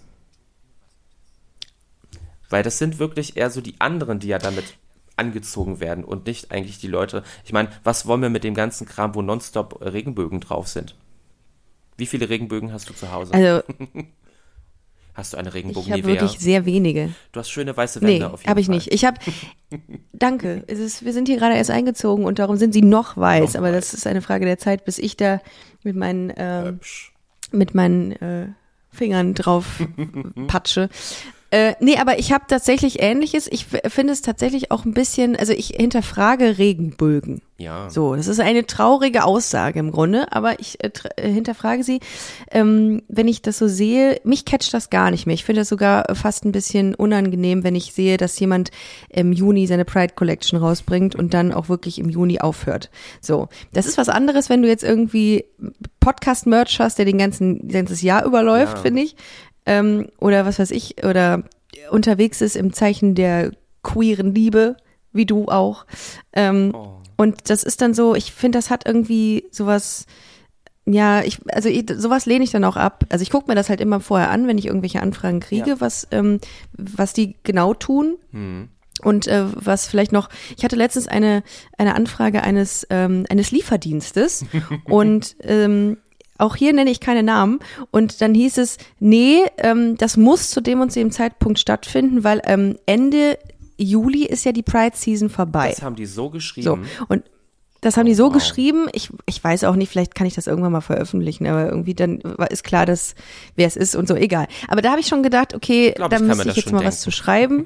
Weil das sind wirklich eher so die anderen, die ja damit angezogen werden und nicht eigentlich die Leute. Ich meine, was wollen wir mit dem ganzen Kram, wo nonstop Regenbögen drauf sind? Wie viele Regenbögen hast du zu Hause? Also, Hast du eine ich Regenbogen habe wirklich sehr wenige. Du hast schöne weiße Wände Nee, auf jeden habe ich Fall. nicht. Ich habe, danke. Es ist, wir sind hier gerade erst eingezogen und darum sind sie noch weiß. Noch aber weiß. das ist eine Frage der Zeit, bis ich da mit meinen, ähm, Hübsch. mit meinen äh, Fingern drauf patsche. Äh, nee, aber ich habe tatsächlich Ähnliches. Ich f- finde es tatsächlich auch ein bisschen, also ich hinterfrage Regenbögen. Ja. So, das ist eine traurige Aussage im Grunde, aber ich äh, tr- äh, hinterfrage sie, ähm, wenn ich das so sehe, mich catcht das gar nicht mehr. Ich finde das sogar äh, fast ein bisschen unangenehm, wenn ich sehe, dass jemand im Juni seine Pride Collection rausbringt und dann auch wirklich im Juni aufhört. So, das ist was anderes, wenn du jetzt irgendwie Podcast-Merch hast, der den ganzen ganzes Jahr überläuft, Ja. finde ich. Ähm, oder was weiß ich, oder unterwegs ist im Zeichen der queeren Liebe, wie du auch. Ähm, Oh. Und das ist dann so, ich finde, das hat irgendwie sowas, ja, ich, also ich, sowas lehne ich dann auch ab. Also ich gucke mir das halt immer vorher an, wenn ich irgendwelche Anfragen kriege, Ja. was, ähm, was die genau tun. Hm. Und äh, was vielleicht noch, ich hatte letztens eine, eine Anfrage eines, ähm, eines Lieferdienstes und ähm, auch hier nenne ich keine Namen. Und dann hieß es, nee, ähm, das muss zu dem und dem Zeitpunkt stattfinden, weil ähm, Ende Juli ist ja die Pride-Season vorbei. Das haben die so So, geschrieben. und das haben die so wow. geschrieben. Ich, ich weiß auch nicht, vielleicht kann ich das irgendwann mal veröffentlichen, aber irgendwie dann ist klar, dass wer es ist und so, egal. Aber da habe ich schon gedacht, okay, glaub, da ich kann müsste mir ich das jetzt schon mal was zu schreiben.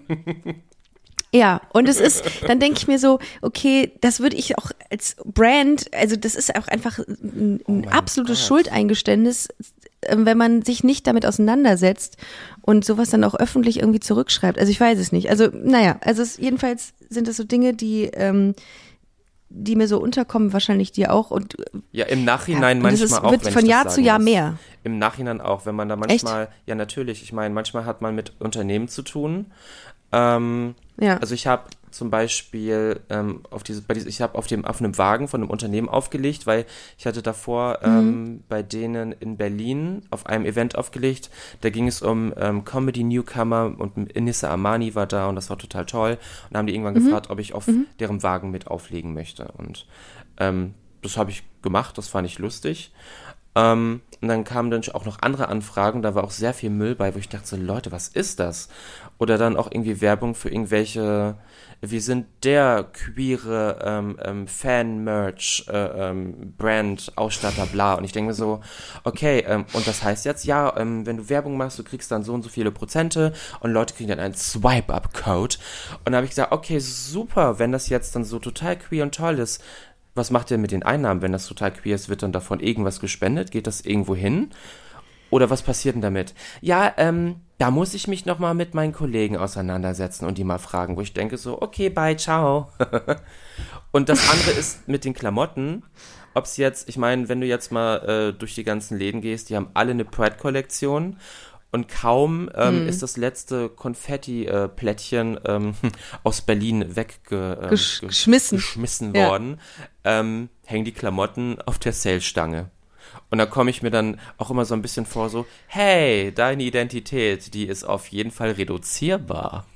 Ja, und es ist, dann denke ich mir so, okay, das würde ich auch als Brand, also das ist auch einfach ein, ein mein absolutes Gott. Schuldeingeständnis, äh, wenn man sich nicht damit auseinandersetzt und sowas dann auch öffentlich irgendwie zurückschreibt. Also ich weiß es nicht. Also naja, also es, jedenfalls sind das so Dinge, die, ähm, die mir so unterkommen, wahrscheinlich dir auch. Und Ja, im Nachhinein Ja, und manchmal das ist- auch, wird wenn von ich das Jahr sagen zu Jahr muss. mehr. Im Nachhinein auch, wenn man da manchmal, ja natürlich, ich meine, manchmal hat man mit Unternehmen zu tun. Ähm, ja. Also ich habe zum Beispiel ähm, auf diese, bei diese, ich habe auf dem auf einem Wagen von einem Unternehmen aufgelegt, weil ich hatte davor ähm, bei denen in Berlin auf einem Event aufgelegt. Da ging es um ähm, Comedy Newcomer und Inissa Amani war da und das war total toll. Und da haben die irgendwann gefragt, ob ich auf deren Wagen mit auflegen möchte. Und ähm, das habe ich gemacht, das fand ich lustig. Ähm, und dann kamen dann auch noch andere Anfragen, da war auch sehr viel Müll bei, wo ich dachte so, Leute, was ist das? Oder dann auch irgendwie Werbung für irgendwelche, wir sind der queere ähm, ähm, Fan-Merch, äh, ähm, Brand, Ausstatter, bla. Und ich denke mir so, okay, ähm, und das heißt jetzt, ja, ähm, wenn du Werbung machst, du kriegst dann so und so viele Prozente und Leute kriegen dann einen Swipe-Up-Code. Und da habe ich gesagt, okay, super, wenn das jetzt dann so total queer und toll ist, was macht ihr mit den Einnahmen, wenn das total queer ist? Wird dann davon irgendwas gespendet? Geht das irgendwo hin? Oder was passiert denn damit? Ja, ähm, da muss ich mich nochmal mit meinen Kollegen auseinandersetzen und die mal fragen, wo ich denke so, okay, bye, ciao. Und das andere ist mit den Klamotten, ob es jetzt, ich meine, wenn du jetzt mal äh, durch die ganzen Läden gehst, die haben alle eine Pride-Kollektion. Und kaum ähm, Mhm. ist das letzte Konfetti-Plättchen ähm, aus Berlin wegge, ähm, Gesch- ge- geschmissen. geschmissen Ja. worden, ähm, hängen die Klamotten auf der Sale-Stange. Und da komme ich mir dann auch immer so ein bisschen vor, so, hey, deine Identität, die ist auf jeden Fall reduzierbar.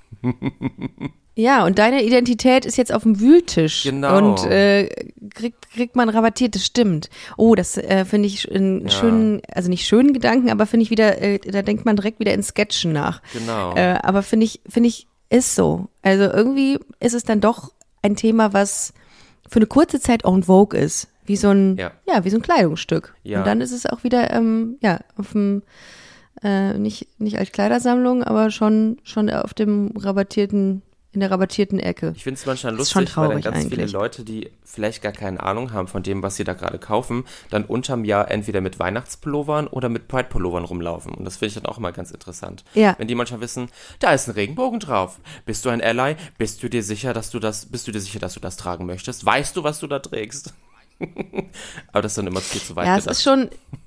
Ja, und deine Identität ist jetzt auf dem Wühltisch. Genau. Und äh, kriegt, kriegt man rabattiert, das stimmt. Oh, das äh, finde ich einen Ja. schönen, also nicht schönen Gedanken, aber finde ich wieder, äh, da denkt man direkt wieder in Sketchen nach. Genau. Äh, aber finde ich, finde ich, ist so. Also irgendwie ist es dann doch ein Thema, was für eine kurze Zeit en vogue ist. wie so ein, Ja. ja, wie so ein Kleidungsstück. Ja. Und dann ist es auch wieder, ähm, ja, auf dem, äh, nicht, nicht als Kleidersammlung, aber schon, schon auf dem rabattierten, in der rabattierten Ecke. Ich finde es manchmal Das ist schon lustig, weil dann traurig ganz viele eigentlich. Leute, die vielleicht gar keine Ahnung haben von dem, was sie da gerade kaufen, dann unterm Jahr entweder mit Weihnachtspullovern oder mit Pride-Pullovern rumlaufen. Und das finde ich dann auch immer ganz interessant. Ja. Wenn die manchmal wissen, da ist ein Regenbogen drauf. Bist du ein Ally? Bist du dir sicher, dass du das, bist du dir sicher, dass du das tragen möchtest? Weißt du, was du da trägst? Aber das ist dann immer viel zu weit Ja, es gedacht. ist schon.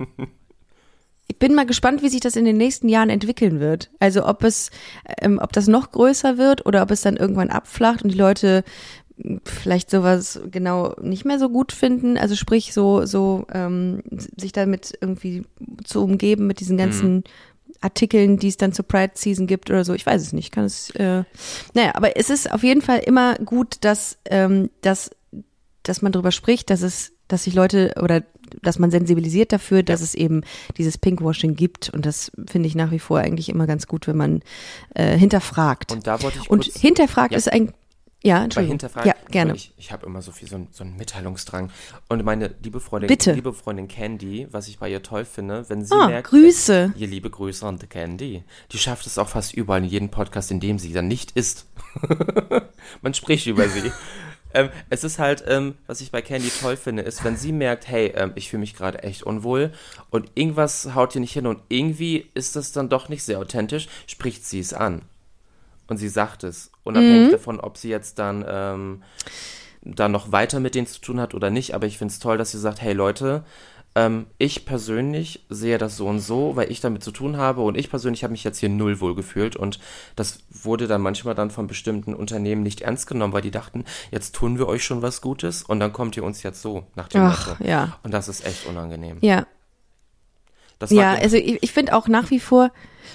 Ich bin mal gespannt, wie sich das in den nächsten Jahren entwickeln wird. Also ob es, ähm, ob das noch größer wird oder ob es dann irgendwann abflacht und die Leute mh, vielleicht sowas genau nicht mehr so gut finden. Also sprich so, so ähm, sich damit irgendwie zu umgeben mit diesen ganzen Mhm. Artikeln, die es dann zur Pride Season gibt oder so. Ich weiß es nicht. Kann es. Äh, naja, aber es ist auf jeden Fall immer gut, dass, ähm, dass, dass man darüber spricht, dass es, dass sich Leute oder dass man sensibilisiert dafür, dass es eben dieses Pinkwashing gibt. Und das finde ich nach wie vor eigentlich immer ganz gut, wenn man äh, hinterfragt. Und da wollte ich Und kurz, hinterfragt Ja. ist ein, ja, bei Entschuldigung. Hinterfragen, Ja, gerne. Ich, ich habe immer so viel, so, ein- so einen Mitteilungsdrang. Und meine liebe Freundin, Bitte. liebe Freundin Candy, was ich bei ihr toll finde, wenn sie Ah, merkt, Grüße. ihr liebe Grüße an die Candy, die schafft es auch fast überall in jedem Podcast, in dem sie dann nicht ist. Man spricht über sie. Ähm, es ist halt, ähm, was ich bei Candy toll finde, ist, wenn sie merkt, hey, ähm, ich fühle mich gerade echt unwohl und irgendwas haut hier nicht hin und irgendwie ist das dann doch nicht sehr authentisch, spricht sie es an. Und sie sagt es, unabhängig davon, ob sie jetzt dann, ähm, dann noch weiter mit denen zu tun hat oder nicht, aber ich finde es toll, dass sie sagt, hey Leute, ähm, ich persönlich sehe das so und so, weil ich damit zu tun habe und ich persönlich habe mich jetzt hier null wohl gefühlt und das wurde dann manchmal dann von bestimmten Unternehmen nicht ernst genommen, weil die dachten, jetzt tun wir euch schon was Gutes und dann kommt ihr uns jetzt so nach dem Ach, Motto. ja. Und das ist echt unangenehm. Ja. Das war Ja, gut. also ich, ich finde auch nach wie vor,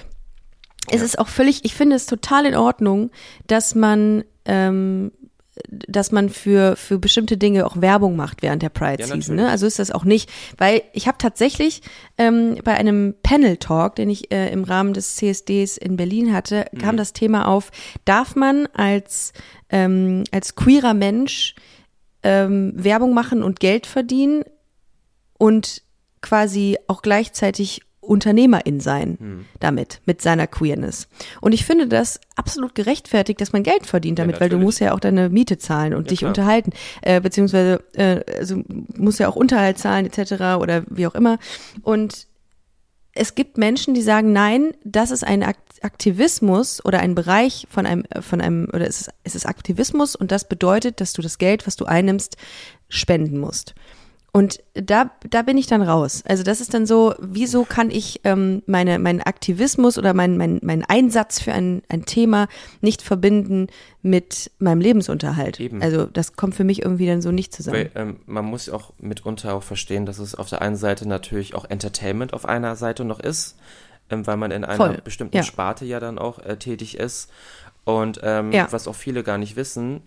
es Ja. ist auch völlig, ich finde es total in Ordnung, dass man, ähm, dass man für für bestimmte Dinge auch Werbung macht während der Pride Ja, Season. natürlich. Ne? Also ist das auch nicht, weil ich habe tatsächlich ähm, bei einem Panel Talk, den ich äh, im Rahmen des C S Ds in Berlin hatte, kam Mhm. das Thema auf: Darf man als ähm, als queerer Mensch ähm, Werbung machen und Geld verdienen und quasi auch gleichzeitig Unternehmerin sein Hm. damit, mit seiner Queerness. Und ich finde das absolut gerechtfertigt, dass man Geld verdient Ja, damit, weil du natürlich. musst ja auch deine Miete zahlen und Ja, dich klar. unterhalten, äh, beziehungsweise äh, also musst ja auch Unterhalt zahlen et cetera oder wie auch immer. Und es gibt Menschen, die sagen, nein, das ist ein Akt- Aktivismus oder ein Bereich von einem, von einem, oder es ist, es ist Aktivismus und das bedeutet, dass du das Geld, was du einnimmst, spenden musst. Und da, da bin ich dann raus. Also das ist dann so, wieso kann ich ähm, meine, meinen Aktivismus oder meinen mein, mein Einsatz für ein, ein Thema nicht verbinden mit meinem Lebensunterhalt? Eben. Also das kommt für mich irgendwie dann so nicht zusammen. Weil, ähm, man muss auch mitunter auch verstehen, dass es auf der einen Seite natürlich auch Entertainment auf einer Seite noch ist, ähm, weil man in einer Voll, bestimmten ja. Sparte ja dann auch äh, tätig ist. Und ähm, Ja. was auch viele gar nicht wissen,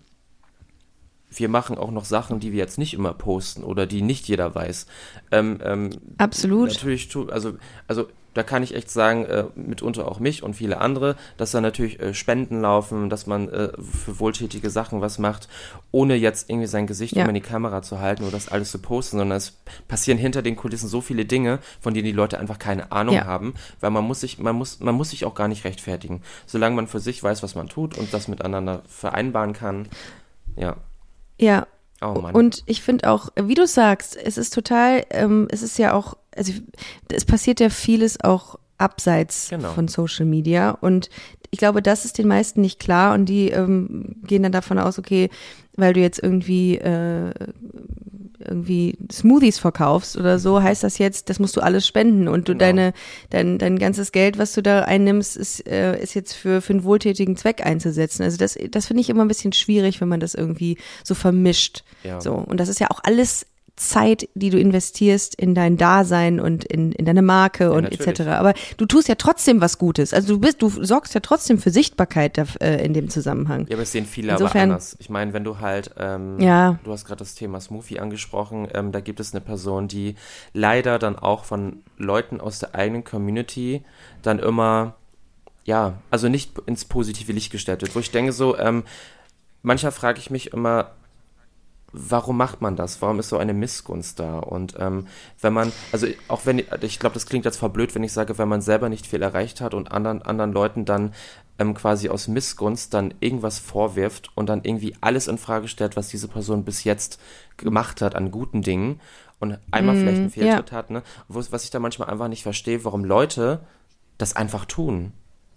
wir machen auch noch Sachen, die wir jetzt nicht immer posten oder die nicht jeder weiß. Ähm, ähm, Absolut. Natürlich, tu- also, also da kann ich echt sagen, äh, mitunter auch mich und viele andere, dass da natürlich äh, Spenden laufen, dass man äh, für wohltätige Sachen was macht, ohne jetzt irgendwie sein Gesicht Ja. immer in die Kamera zu halten oder das alles zu posten, sondern es passieren hinter den Kulissen so viele Dinge, von denen die Leute einfach keine Ahnung Ja. haben, weil man muss sich, man muss, man muss sich auch gar nicht rechtfertigen. Solange man für sich weiß, was man tut und das miteinander vereinbaren kann, ja. Ja. Oh Mann. Und ich finde auch, wie du sagst, es ist total, ähm, es ist ja auch, also es passiert ja vieles auch abseits Genau. von Social Media und ich glaube, das ist den meisten nicht klar und die ähm, gehen dann davon aus, okay, weil du jetzt irgendwie äh, irgendwie Smoothies verkaufst oder so, heißt das jetzt, das musst du alles spenden und du Genau. deine dein dein ganzes Geld, was du da einnimmst, ist äh, ist jetzt für für einen wohltätigen Zweck einzusetzen. Also das das finde ich immer ein bisschen schwierig, wenn man das irgendwie so vermischt. Ja. So, und das ist ja auch alles Zeit, die du investierst in dein Dasein und in, in deine Marke und et natürlich. cetera. Aber du tust ja trotzdem was Gutes. Also du bist, du sorgst ja trotzdem für Sichtbarkeit da, äh, in dem Zusammenhang. Ja, aber es sehen viele aber Insofern- anders. Ich meine, wenn du halt, ähm, Ja. du hast gerade das Thema Smoothie angesprochen, ähm, da gibt es eine Person, die leider dann auch von Leuten aus der eigenen Community dann immer, ja, also nicht ins positive Licht gestellt wird, wo ich denke so, ähm, manchmal frage ich mich immer, warum macht man das? Warum ist so eine Missgunst da? Und ähm, wenn man, also auch wenn, ich glaube, das klingt jetzt verblöd, wenn ich sage, wenn man selber nicht viel erreicht hat und anderen, anderen Leuten dann ähm, quasi aus Missgunst dann irgendwas vorwirft und dann irgendwie alles in Frage stellt, was diese Person bis jetzt gemacht hat an guten Dingen und einmal mm, vielleicht einen Fehltritt ja. hat, ne? Wo, was ich da manchmal einfach nicht verstehe, warum Leute das einfach tun.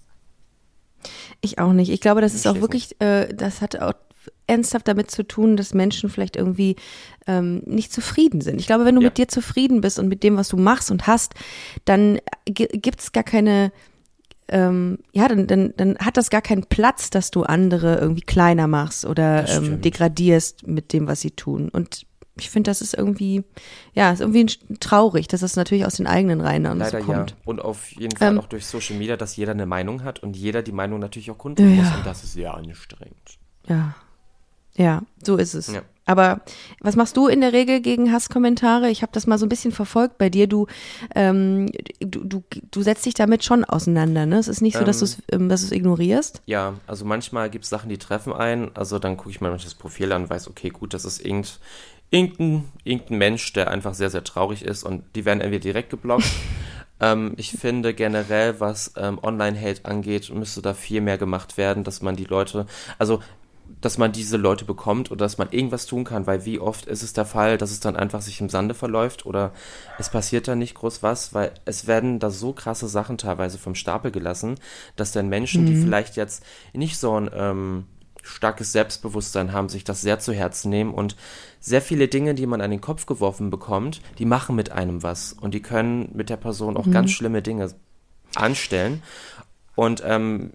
Ich auch nicht. Ich glaube, das ist auch wirklich, äh, das hat auch ernsthaft damit zu tun, dass Menschen vielleicht irgendwie ähm, nicht zufrieden sind. Ich glaube, wenn du ja. mit dir zufrieden bist und mit dem, was du machst und hast, dann g- gibt es gar keine, ähm, ja, dann, dann, dann hat das gar keinen Platz, dass du andere irgendwie kleiner machst oder ähm, degradierst mit dem, was sie tun. Und ich finde, das ist irgendwie, ja, ist irgendwie traurig, dass das natürlich aus den eigenen Reihen und Leider so kommt. Ja. Und auf jeden Fall ähm, auch durch Social Media, dass jeder eine Meinung hat und jeder die Meinung natürlich auch kundtun ja. muss. Und das ist sehr anstrengend. Ja, ja, so ist es. Ja. Aber was machst du in der Regel gegen Hasskommentare? Ich habe das mal so ein bisschen verfolgt bei dir. Du, ähm, du, du, du setzt dich damit schon auseinander, ne? Es ist nicht so, ähm, dass du es ähm, dass du es ignorierst. Ja, also manchmal gibt es Sachen, die treffen ein. Also dann gucke ich mir manchmal das Profil an und weiß, okay, gut, das ist irgend, irgendein, irgendein Mensch, der einfach sehr, sehr traurig ist und die werden entweder direkt geblockt. ähm, ich finde generell, was ähm, Online-Hate angeht, müsste da viel mehr gemacht werden, dass man die Leute, also dass man diese Leute bekommt oder dass man irgendwas tun kann, weil wie oft ist es der Fall, dass es dann einfach sich im Sande verläuft oder es passiert da nicht groß was, weil es werden da so krasse Sachen teilweise vom Stapel gelassen, dass dann Menschen, mhm. die vielleicht jetzt nicht so ein ähm, starkes Selbstbewusstsein haben, sich das sehr zu Herzen nehmen und sehr viele Dinge, die man an den Kopf geworfen bekommt, die machen mit einem was und die können mit der Person auch mhm. ganz schlimme Dinge anstellen und ähm,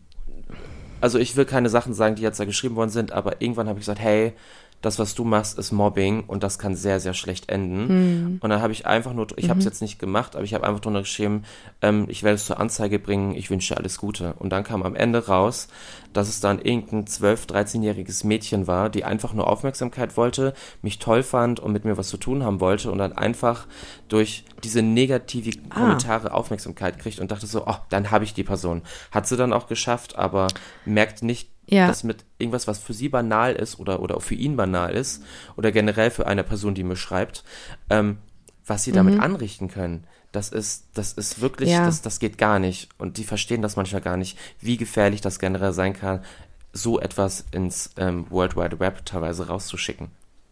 also ich will keine Sachen sagen, die jetzt da geschrieben worden sind, aber irgendwann habe ich gesagt, hey, das, was du machst, ist Mobbing und das kann sehr, sehr schlecht enden. Mhm. Und dann habe ich einfach nur, ich mhm. habe es jetzt nicht gemacht, aber ich habe einfach drunter geschrieben, ähm, ich werde es zur Anzeige bringen, ich wünsche dir alles Gute. Und dann kam am Ende raus, dass es dann irgendein zwölf-, dreizehnjähriges Mädchen war, die einfach nur Aufmerksamkeit wollte, mich toll fand und mit mir was zu tun haben wollte und dann einfach durch diese negative ah. Kommentare Aufmerksamkeit kriegt und dachte so, oh, dann habe ich die Person. Hat sie dann auch geschafft, aber merkt nicht, ja. dass mit irgendwas, was für sie banal ist oder, oder auch für ihn banal ist oder generell für eine Person, die mir schreibt, ähm, was sie damit mhm. anrichten können. Das ist, das ist wirklich, ja. das, das geht gar nicht. Und die verstehen das manchmal gar nicht, wie gefährlich das generell sein kann, so etwas ins ähm, World Wide Web teilweise rauszuschicken.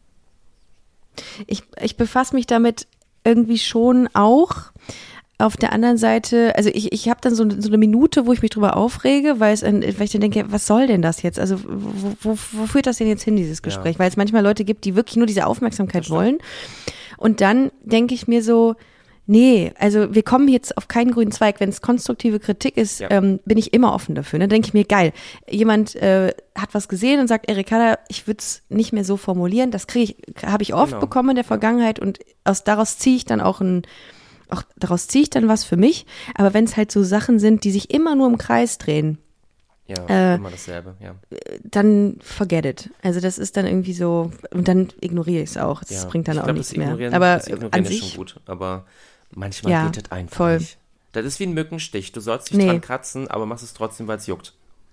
Ich, ich befasse mich damit irgendwie schon auch. Auf der anderen Seite, also ich, ich habe dann so, so eine Minute, wo ich mich drüber aufrege, weil, es, weil ich dann denke, was soll denn das jetzt? Also wo, wo, wo führt das denn jetzt hin, dieses Gespräch? Ja. Weil es manchmal Leute gibt, die wirklich nur diese Aufmerksamkeit wollen. Und dann denke ich mir so, nee, also wir kommen jetzt auf keinen grünen Zweig. Wenn es konstruktive Kritik ist, ja. ähm, bin ich immer offen dafür. Dann denke ich mir, geil, jemand äh, hat was gesehen und sagt, Erika, ich würde es nicht mehr so formulieren. Das kriege ich, habe ich oft genau. bekommen in der Vergangenheit und aus daraus ziehe ich dann auch ein Auch daraus ziehe ich dann was für mich, aber wenn es halt so Sachen sind, die sich immer nur im Kreis drehen, ja, äh, immer dasselbe, ja. dann forget it. Also das ist dann irgendwie so, und dann ignoriere ich es auch. Das ja, bringt dann auch glaub, nichts mehr. Aber das Ignorieren ist schon gut, aber manchmal ja, geht das einfach voll. nicht. Das ist wie ein Mückenstich. Du sollst dich nee. dran kratzen, aber machst es trotzdem, weil es juckt.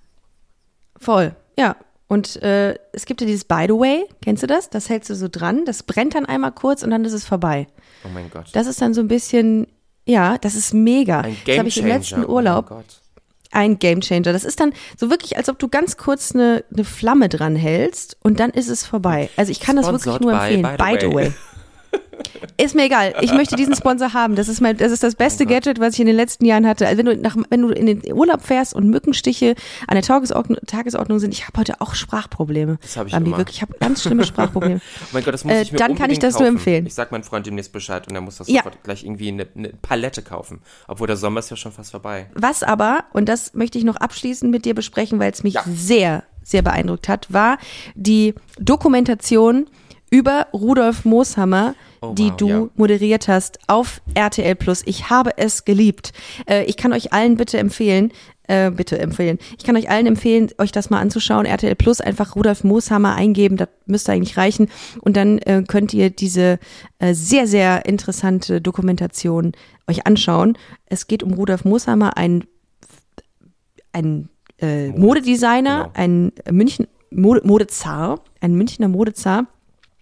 Voll, ja. Und äh, es gibt ja dieses By the way, kennst du das? Das hältst du so dran, das brennt dann einmal kurz und dann ist es vorbei. Oh mein Gott. Das ist dann so ein bisschen, ja, das ist mega. Ein das habe ich im letzten Urlaub. Oh mein Gott. Ein Gamechanger. Das ist dann so wirklich, als ob du ganz kurz eine, eine Flamme dran hältst und dann ist es vorbei. Also ich kann Sponsored das wirklich nur empfehlen. By, by, the, by the way. Ist mir egal. Ich möchte diesen Sponsor haben. Das ist mein, das ist das beste oh Gadget, was ich in den letzten Jahren hatte. Also wenn du nach, wenn du in den Urlaub fährst und Mückenstiche an der Tagesordnung, Tagesordnung sind, ich habe heute auch Sprachprobleme. Das habe ich Bambi, immer. Wirklich, ich habe ganz schlimme Sprachprobleme. Oh mein Gott, das muss ich mir äh, Dann kann ich das kaufen. nur empfehlen. Ich sag meinem Freund demnächst Bescheid und er muss das ja. sofort gleich irgendwie eine, eine Palette kaufen. Obwohl der Sommer ist ja schon fast vorbei. Was aber, und das möchte ich noch abschließend mit dir besprechen, weil es mich ja. sehr, sehr beeindruckt hat, war die Dokumentation über Rudolf Mooshammer, oh, die wow, du ja. moderiert hast auf R T L Plus. Ich habe es geliebt. Äh, ich kann euch allen bitte empfehlen, äh, bitte empfehlen, ich kann euch allen empfehlen, euch das mal anzuschauen. R T L Plus, einfach Rudolf Mooshammer eingeben, das müsste eigentlich reichen. Und dann äh, könnt ihr diese äh, sehr, sehr interessante Dokumentation euch anschauen. Es geht um Rudolf Mooshammer, ein, ein äh, Modedesigner, genau. ein München Mode, Modezar, ein Münchner Modezar,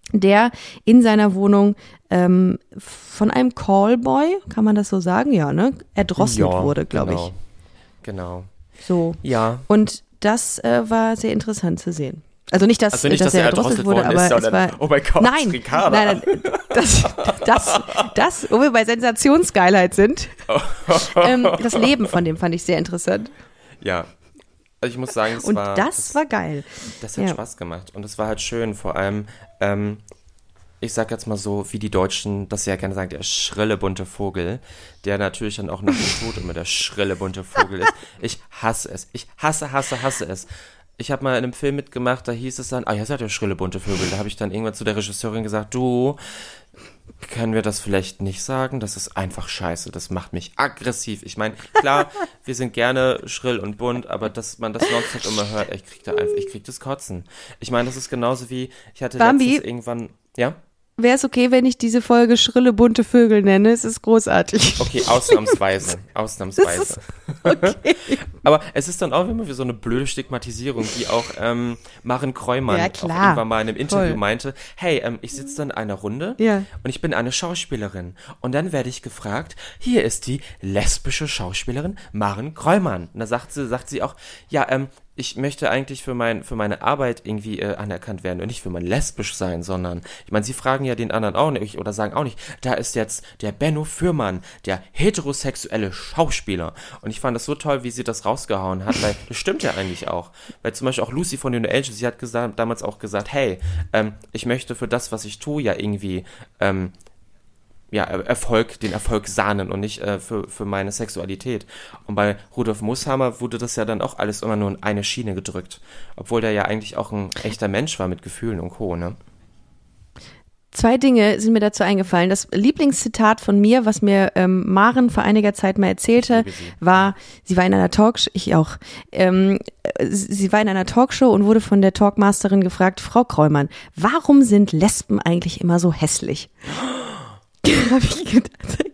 der in seiner Wohnung ähm, von einem Callboy, kann man das so sagen? Ja, ne? Erdrosselt ja, wurde, glaube genau. ich. Genau. So. Ja. Und das äh, war sehr interessant zu sehen. Also nicht, dass, also nicht, dass, dass er erdrosselt wurde, aber ist, es war... Oh mein Gott, nein, Ricarda. Nein, nein, das, das, das, wo wir bei Sensationsgeilheit sind, ähm, das Leben von dem fand ich sehr interessant. Ja, also ich muss sagen, es Und war... das, das war geil. Das hat ja. Spaß gemacht und es war halt schön, vor allem... Ähm, ich sag jetzt mal so, wie die Deutschen das ja gerne sagen, der schrille bunte Vogel, der natürlich dann auch nach dem Tod immer der schrille bunte Vogel ist. Ich hasse es. Ich hasse, hasse, hasse es. Ich habe mal in einem Film mitgemacht, da hieß es dann, ah ja, seid der schrille bunte Vögel. Da habe ich dann irgendwann zu der Regisseurin gesagt, du, können wir das vielleicht nicht sagen? Das ist einfach scheiße, das macht mich aggressiv. Ich meine, klar, wir sind gerne schrill und bunt, aber dass man das nonstop immer hört, ich krieg da einfach, ich krieg das Kotzen. Ich meine, das ist genauso wie, ich hatte Bambi, letztens irgendwann, ja? Wäre es okay, wenn ich diese Folge schrille bunte Vögel nenne? Es ist großartig. Okay, ausnahmsweise. Ausnahmsweise. Ist okay. Aber es ist dann auch immer wie so eine blöde Stigmatisierung, wie auch ähm, Maren Kreumann Ja, auch klar. irgendwann mal in einem Interview Voll. meinte, hey, ähm, ich sitze dann in einer Runde Ja. und ich bin eine Schauspielerin. Und dann werde ich gefragt, hier ist die lesbische Schauspielerin Maren Kreumann. Und da sagt sie, sagt sie auch, ja, ähm, ich möchte eigentlich für, mein, für meine Arbeit irgendwie äh, anerkannt werden und nicht für mein lesbisch sein, sondern, ich meine, sie fragen ja den anderen auch nicht oder sagen auch nicht, da ist jetzt der Benno Fürmann, der heterosexuelle Schauspieler. Und ich fand das so toll, wie sie das rausgehauen hat, weil das stimmt ja eigentlich auch. Weil zum Beispiel auch Lucy von den No Angels, sie hat gesagt, damals auch gesagt, hey, ähm, ich möchte für das, was ich tue, ja irgendwie ähm, ja, Erfolg, den Erfolg sahnen und nicht äh, für, für meine Sexualität. Und bei Rudolf Mooshammer wurde das ja dann auch alles immer nur in eine Schiene gedrückt. Obwohl der ja eigentlich auch ein echter Mensch war mit Gefühlen und Co., ne? Zwei Dinge sind mir dazu eingefallen. Das Lieblingszitat von mir, was mir ähm, Maren vor einiger Zeit mal erzählte, war, sie war in einer Talkshow, ich auch, ähm, sie war in einer Talkshow und wurde von der Talkmasterin gefragt, Frau Kreumann, warum sind Lesben eigentlich immer so hässlich? Da habe ich gedacht,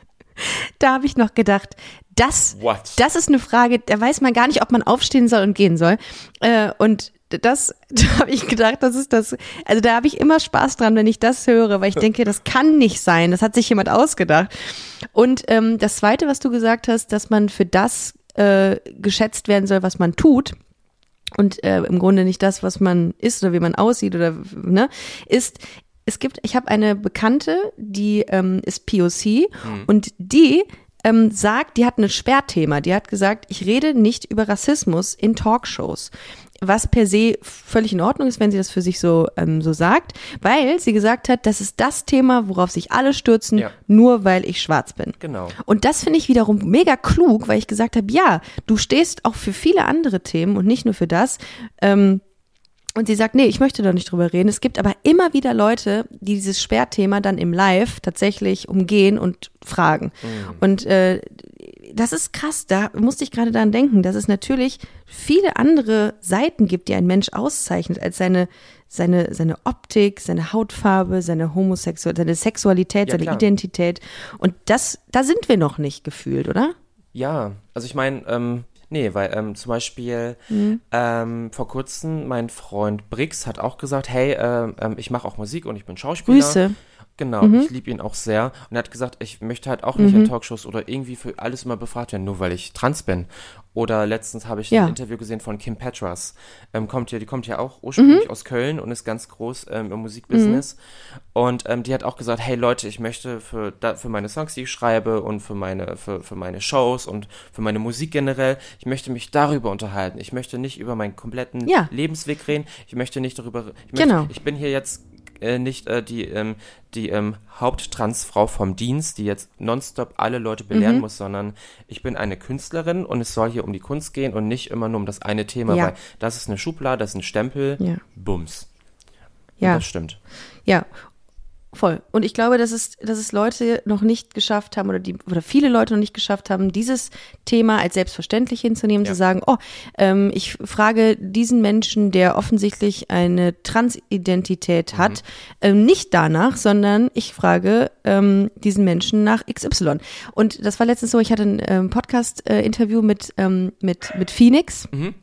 da habe ich noch gedacht, das, What? das ist eine Frage, da weiß man gar nicht, ob man aufstehen soll und gehen soll. Äh, und das, da habe ich gedacht, das ist das, also da habe ich immer Spaß dran, wenn ich das höre, weil ich denke, das kann nicht sein, das hat sich jemand ausgedacht. Und ähm, das Zweite, was du gesagt hast, dass man für das äh, geschätzt werden soll, was man tut, und äh, im Grunde nicht das, was man ist oder wie man aussieht oder ne, ist, es gibt, ich habe eine Bekannte, die ähm, ist P O C mhm. und die ähm, sagt, die hat ein Sperrthema. Die hat gesagt, ich rede nicht über Rassismus in Talkshows. Was per se völlig in Ordnung ist, wenn sie das für sich so ähm, so sagt, weil sie gesagt hat, das ist das Thema, worauf sich alle stürzen, ja. nur weil ich schwarz bin. Genau. Und das finde ich wiederum mega klug, weil ich gesagt habe, ja, du stehst auch für viele andere Themen und nicht nur für das. Ähm, Und sie sagt, nee, ich möchte da nicht drüber reden. Es gibt aber immer wieder Leute, die dieses Sperrthema dann im Live tatsächlich umgehen und fragen. Mhm. Und äh, das ist krass, da musste ich gerade daran denken, dass es natürlich viele andere Seiten gibt, die ein Mensch auszeichnet, als seine seine seine Optik, seine Hautfarbe, seine Homosexualität, seine Sexualität, ja, seine klar. Identität. Und das, da sind wir noch nicht gefühlt, oder? Ja, also ich meine, ähm, nee, weil ähm, zum Beispiel mhm. ähm, vor kurzem mein Freund Brix hat auch gesagt, hey, ähm, ähm, ich mache auch Musik und ich bin Schauspieler. Grüße. Genau, mhm. ich liebe ihn auch sehr. Und er hat gesagt, ich möchte halt auch nicht mhm. in Talkshows oder irgendwie für alles immer befragt werden, nur weil ich trans bin. Oder letztens habe ich ja. ein Interview gesehen von Kim Petras. Ähm, kommt ja, die kommt ja auch ursprünglich mhm. aus Köln und ist ganz groß ähm, im Musikbusiness. Mhm. Und ähm, die hat auch gesagt, hey Leute, ich möchte für, da, für meine Songs, die ich schreibe und für meine, für, für meine Shows und für meine Musik generell, ich möchte mich darüber unterhalten. Ich möchte nicht über meinen kompletten ja. Lebensweg reden. Ich möchte nicht darüber, ich, genau. möchte, ich bin hier jetzt äh, nicht äh, die, ähm, die ähm, Haupttransfrau vom Dienst, die jetzt nonstop alle Leute belehren mhm. muss, sondern ich bin eine Künstlerin und es soll hier um die Kunst gehen und nicht immer nur um das eine Thema, ja. weil das ist eine Schublade, das ist ein Stempel, ja. Bums. Ja. Und das stimmt. Ja, voll. Und ich glaube, dass es, dass es Leute noch nicht geschafft haben oder die oder viele Leute noch nicht geschafft haben, dieses Thema als selbstverständlich hinzunehmen, ja. zu sagen, oh, ähm, ich frage diesen Menschen, der offensichtlich eine Transidentität mhm. hat, ähm, nicht danach, sondern ich frage ähm, diesen Menschen nach X Y. Und das war letztens so, ich hatte ein ähm, Podcast-Interview mit, ähm, mit, mit Phoenix. Mhm.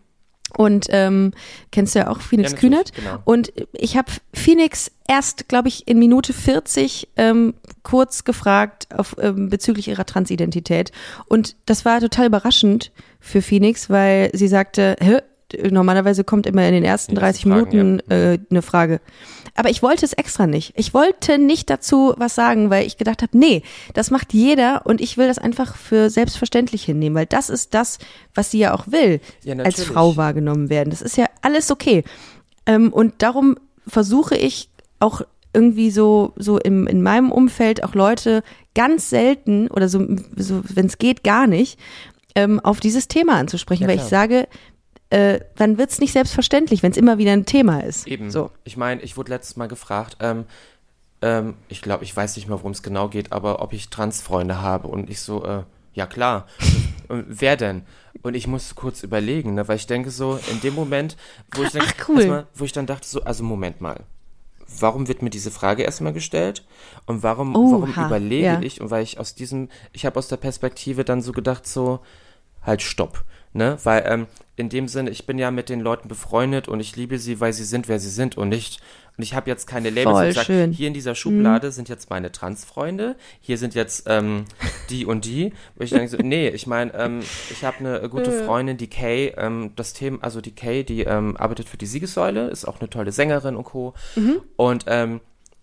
Und ähm, kennst du ja auch Phoenix Ja, Kühnert. natürlich, genau. Und ich habe Phoenix erst, glaube ich, in Minute vierzig ähm, kurz gefragt auf, ähm, bezüglich ihrer Transidentität. Und das war total überraschend für Phoenix, weil sie sagte, hä, normalerweise kommt immer in den ersten Die dreißig ersten Fragen, Minuten äh, eine Frage. Aber ich wollte es extra nicht. Ich wollte nicht dazu was sagen, weil ich gedacht habe, nee, das macht jeder und ich will das einfach für selbstverständlich hinnehmen, weil das ist das, was sie ja auch will, Ja, als natürlich. Frau wahrgenommen werden. Das ist ja alles okay. Ähm, und darum versuche ich auch irgendwie so, so im, in meinem Umfeld auch Leute ganz selten oder so, so wenn es geht, gar nicht, ähm, auf dieses Thema anzusprechen, Ja, weil klar. ich sage, äh, dann wird es nicht selbstverständlich, wenn es immer wieder ein Thema ist. Eben. So. Ich meine, ich wurde letztes Mal gefragt, ähm, ähm, ich glaube, ich weiß nicht mehr, worum es genau geht, aber ob ich Transfreunde habe. Und ich so, äh, ja klar. Und wer denn? Und ich musste kurz überlegen, ne, weil ich denke so, in dem Moment, wo ich dann, Ach, cool. erstmal, wo ich dann dachte so, also Moment mal. Warum wird mir diese Frage erstmal gestellt? Und warum, Oha, warum überlege ja. ich? Und weil ich aus diesem, ich habe aus der Perspektive dann so gedacht, so, halt stopp. Ne? Weil ähm, in dem Sinne, ich bin ja mit den Leuten befreundet und ich liebe sie, weil sie sind, wer sie sind und nicht. Und ich habe jetzt keine Labels. Voll Ich sag, schön. hier in dieser Schublade mhm. sind jetzt meine Transfreunde, hier sind jetzt ähm, die und die. Wo ich denke so, nee, ich meine, ähm, ich habe eine gute Freundin, die Kay, ähm, das Thema, also die Kay, die ähm, arbeitet für die Siegessäule, ist auch eine tolle Sängerin und Co. Mhm. Und ähm,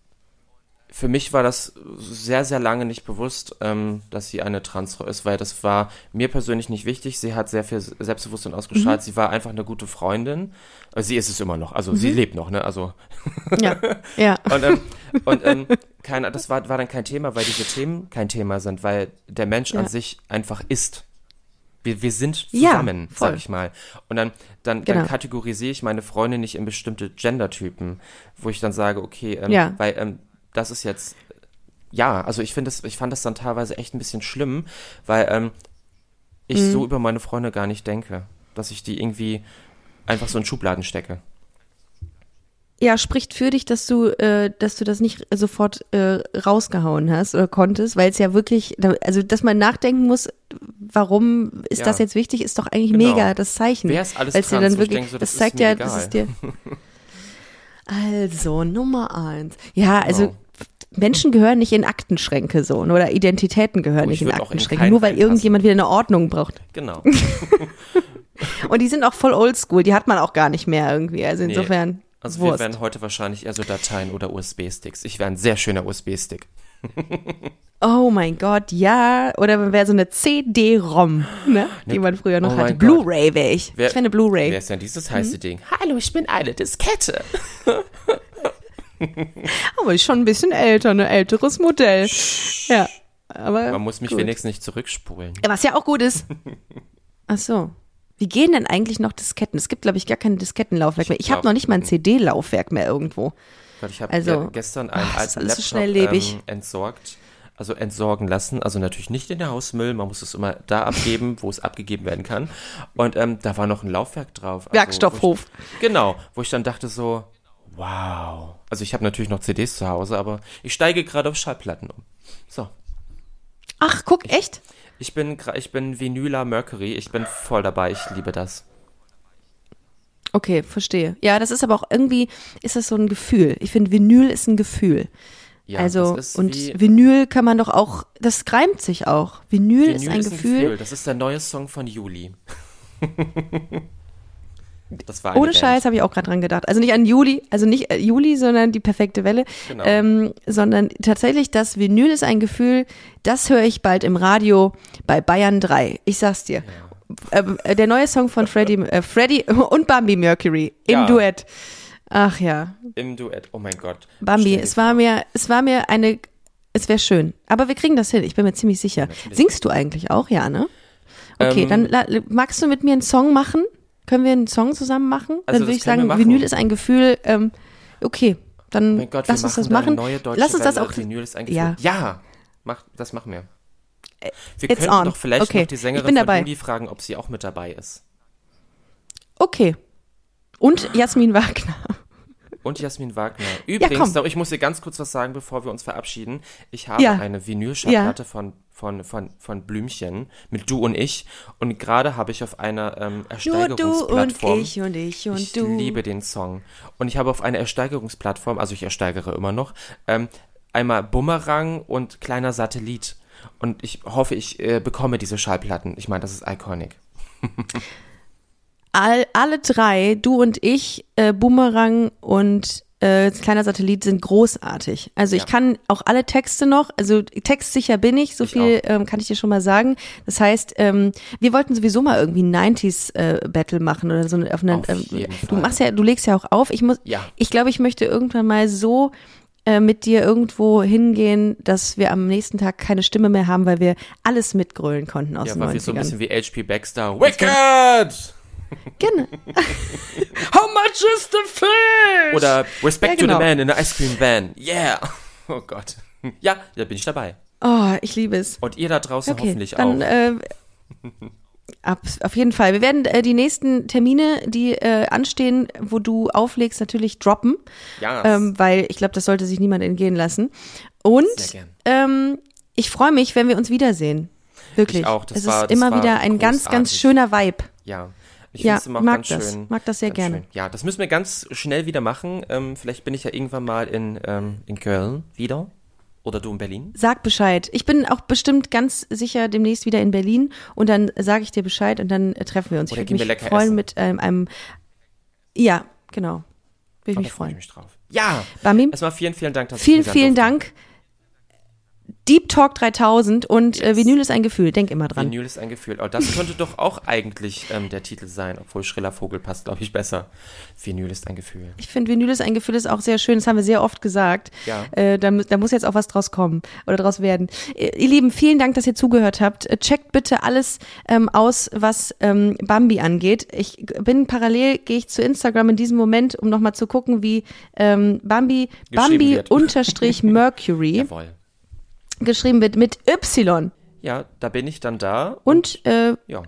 für mich war das sehr, sehr lange nicht bewusst, ähm, dass sie eine Transfrau ist, weil das war mir persönlich nicht wichtig. Sie hat sehr viel Selbstbewusstsein ausgestrahlt. Mhm. Sie war einfach eine gute Freundin. Also sie ist es immer noch. Also mhm. sie lebt noch, ne? Also ja, ja. Und, ähm, und ähm, kein, das war, war dann kein Thema, weil diese Themen kein Thema sind, weil der Mensch ja. an sich einfach ist. Wir, wir sind zusammen, ja, sag ich mal. Und dann, dann, genau. dann kategorisiere ich meine Freunde nicht in bestimmte Gendertypen, wo ich dann sage, okay, ähm, ja. weil ähm, das ist jetzt, ja, also ich finde das, ich fand das dann teilweise echt ein bisschen schlimm, weil ähm, ich mhm. so über meine Freunde gar nicht denke, dass ich die irgendwie einfach so in Schubladen stecke. Ja, spricht für dich, dass du, äh, dass du das nicht sofort äh, rausgehauen hast oder konntest, weil es ja wirklich, also dass man nachdenken muss, warum ist ja. das jetzt wichtig, ist doch eigentlich genau. mega das Zeichen. Wer ist alles Weil's trans? dir dann Wo ich wirklich, denke, so, das, das zeigt ist mir ja, egal. das ist dir. Also Nummer eins. Ja, also Genau. Menschen gehören nicht in Aktenschränke so oder Identitäten gehören Oh, nicht ich in würd auch in Aktenschränke, keinen nur weil reinpassen. irgendjemand wieder eine Ordnung braucht. Genau. Und die sind auch voll oldschool, die hat man auch gar nicht mehr irgendwie. Also Nee. insofern. Also Wurst. wir werden heute wahrscheinlich eher so Dateien oder U S B-Sticks. Ich wäre ein sehr schöner U S B-Stick. Oh mein Gott, ja. Oder man wäre so eine C D-ROM, ne? Die Ne- man früher noch oh hatte. mein Blu-ray wäre ich. Wer- ich wäre eine Blu-ray. Wer ist denn dieses heiße Ding? Hallo, ich bin eine Diskette. Aber ist schon ein bisschen älter, ne? Älteres Modell. Ja. Aber Man muss mich gut. wenigstens nicht zurückspulen. Was ja auch gut ist. Ach so. Wie gehen denn eigentlich noch Disketten? Es gibt, glaube ich, gar kein Diskettenlaufwerk mehr. Ich habe glaub- noch nicht mal ein C D-Laufwerk mehr irgendwo. Gott, ich habe Also, ja gestern einen ach, das ist alten alles so Laptop schnelllebig. ähm, entsorgt, also entsorgen lassen. Also natürlich nicht in der Hausmüll, man muss es immer da abgeben, wo es abgegeben werden kann. Und ähm, da war noch ein Laufwerk drauf. Also, Werkstoffhof. Wo ich, genau, wo ich dann dachte so, wow. Also ich habe natürlich noch C Ds zu Hause, aber ich steige gerade auf Schallplatten um. So. Ach, guck, echt? Ich bin, gra- ich bin Vinyla Mercury, ich bin voll dabei, ich liebe das. Okay, verstehe. Ja, das ist aber auch irgendwie, ist das so ein Gefühl. Ich finde, Vinyl ist ein Gefühl. Ja, also, das ist und wie- Vinyl kann man doch auch, das reimt sich auch. Vinyl, ist ein Gefühl. Das ist der neue Song von Juli. Das war eine Ohne Band. Scheiß habe ich auch gerade dran gedacht. Also nicht an Juli, also nicht äh, Juli, sondern die perfekte Welle, Genau. ähm, sondern tatsächlich das Vinyl ist ein Gefühl, das höre ich bald im Radio bei Bayern drei. Ich sag's dir. Ähm, äh, der neue Song von Freddie, äh, Freddie und Bambi Mercury im Ja. Duett. Ach ja, Im Duett, oh mein Gott. Bambi, Stell dir es war vor. mir, es war mir eine, es wäre schön. Aber wir kriegen das hin, ich bin mir ziemlich sicher. natürlich. Singst du eigentlich auch, ja, ne? Okay, Ähm, dann la- magst du mit mir einen Song machen? Können wir einen Song zusammen machen? Also dann das würde ich können wir sagen, machen. Vinyl ist ein Gefühl, ähm, okay, dann Oh mein Gott, lass wir uns das machen da machen. eine neue deutsche Lass uns das Welle. auch. Vinyl ist ein Gefühl. Ja. Ja, mach, das machen wir. Wir It's könnten on. doch vielleicht Okay, noch die ich Sängerin bin von dabei. Juli fragen, ob sie auch mit dabei ist. Okay. Und Jasmin Wagner. Und Jasmin Wagner. Übrigens, ja, ich muss dir ganz kurz was sagen, bevor wir uns verabschieden. Ich habe ja. eine Vinylschallplatte ja. von, von, von, von Blümchen mit Du und Ich. Und gerade habe ich auf einer ähm, Ersteigerungsplattform. Nur du und ich und ich und ich du. Ich liebe den Song. Und ich habe auf einer Ersteigerungsplattform, also ich ersteigere immer noch, ähm, einmal Bumerang und Kleiner Satellit. Und ich hoffe, ich äh, bekomme diese Schallplatten. Ich meine, das ist iconic. All, alle drei, Du und ich, äh, Bumerang und äh, Kleiner Satellit sind großartig. Also ich ja. kann auch alle Texte noch, also textsicher bin ich, so ich viel ähm, kann ich dir schon mal sagen. Das heißt, ähm, wir wollten sowieso mal irgendwie ein neunziger äh, Battle machen oder so. Auf eine, auf jeden ähm, Fall. Du machst ja, du legst ja auch auf. Ich muss, ja. ich glaube, ich möchte irgendwann mal so äh, mit dir irgendwo hingehen, dass wir am nächsten Tag keine Stimme mehr haben, weil wir alles mitgrölen konnten aus ja, den weil neunzigern. wir so ein bisschen wie H P Baxter. Wicked! Genau. How much is the fish? Oder Respect ja, genau. to the man in the ice cream van. Yeah. Oh Gott. Ja, da bin ich dabei. Oh, ich liebe es. Und ihr da draußen okay, hoffentlich dann, auch. Äh, ab, auf jeden Fall. Wir werden äh, die nächsten Termine, die äh, anstehen, wo du auflegst, natürlich droppen. Ja. Yes. Ähm, weil ich glaube, das sollte sich niemand entgehen lassen. Und ähm, ich freue mich, wenn wir uns wiedersehen. Wirklich. Ich auch. Das es war, ist immer das wieder ein großartig. ganz, ganz schöner Vibe. Ja. Ich ja, immer mag ganz das. Schön, mag das sehr gerne. Schön. Ja, das müssen wir ganz schnell wieder machen. Ähm, vielleicht bin ich ja irgendwann mal in, ähm, in Köln wieder. Oder du in Berlin. Sag Bescheid. Ich bin auch bestimmt ganz sicher demnächst wieder in Berlin und dann sage ich dir Bescheid und dann äh, treffen wir uns. Oder ich würde mich freuen essen. mit ähm, einem, ja, genau. Würde ich oh, mich freuen. Ich mich drauf. Ja, Bambi, erstmal vielen, vielen Dank, dass vielen, ich vielen durfte. Dank. Deep Talk dreitausend und yes. äh, Vinyl ist ein Gefühl, denk immer dran. Vinyl ist ein Gefühl. Oh, das könnte doch auch eigentlich ähm, der Titel sein, obwohl Schriller Vogel passt, glaube ich, besser. Vinyl ist ein Gefühl. Ich finde, Vinyl ist ein Gefühl, ist auch sehr schön, das haben wir sehr oft gesagt. Ja. Äh, da, da muss jetzt auch was draus kommen oder draus werden. Äh, ihr Lieben, vielen Dank, dass ihr zugehört habt. Äh, checkt bitte alles ähm, aus, was ähm, Bambi angeht. Ich bin parallel, gehe ich zu Instagram in diesem Moment, um nochmal zu gucken, wie ähm, Bambi, Bambi unterstrich Mercury Jawohl. geschrieben wird mit Y. Ja, da bin ich dann da. Und, und äh, ja.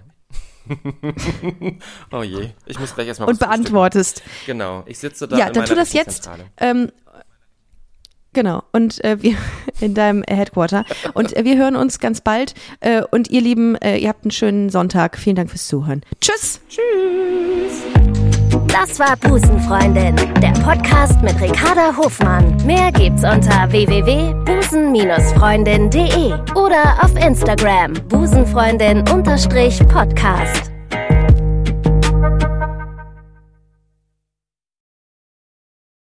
Oh je, ich muss gleich erstmal und beantwortest. Genau, ich sitze da ja, in dann meiner tu das jetzt. Ähm, genau, und äh, wir in deinem Headquarter. Und äh, wir hören uns ganz bald. Äh, und ihr Lieben, äh, ihr habt einen schönen Sonntag. Vielen Dank fürs Zuhören. Tschüss. Tschüss. Das war Busenfreundin, der Podcast mit Ricarda Hofmann. Mehr gibt's unter w w w punkt busen freundin punkt de oder auf Instagram busenfreundin-podcast.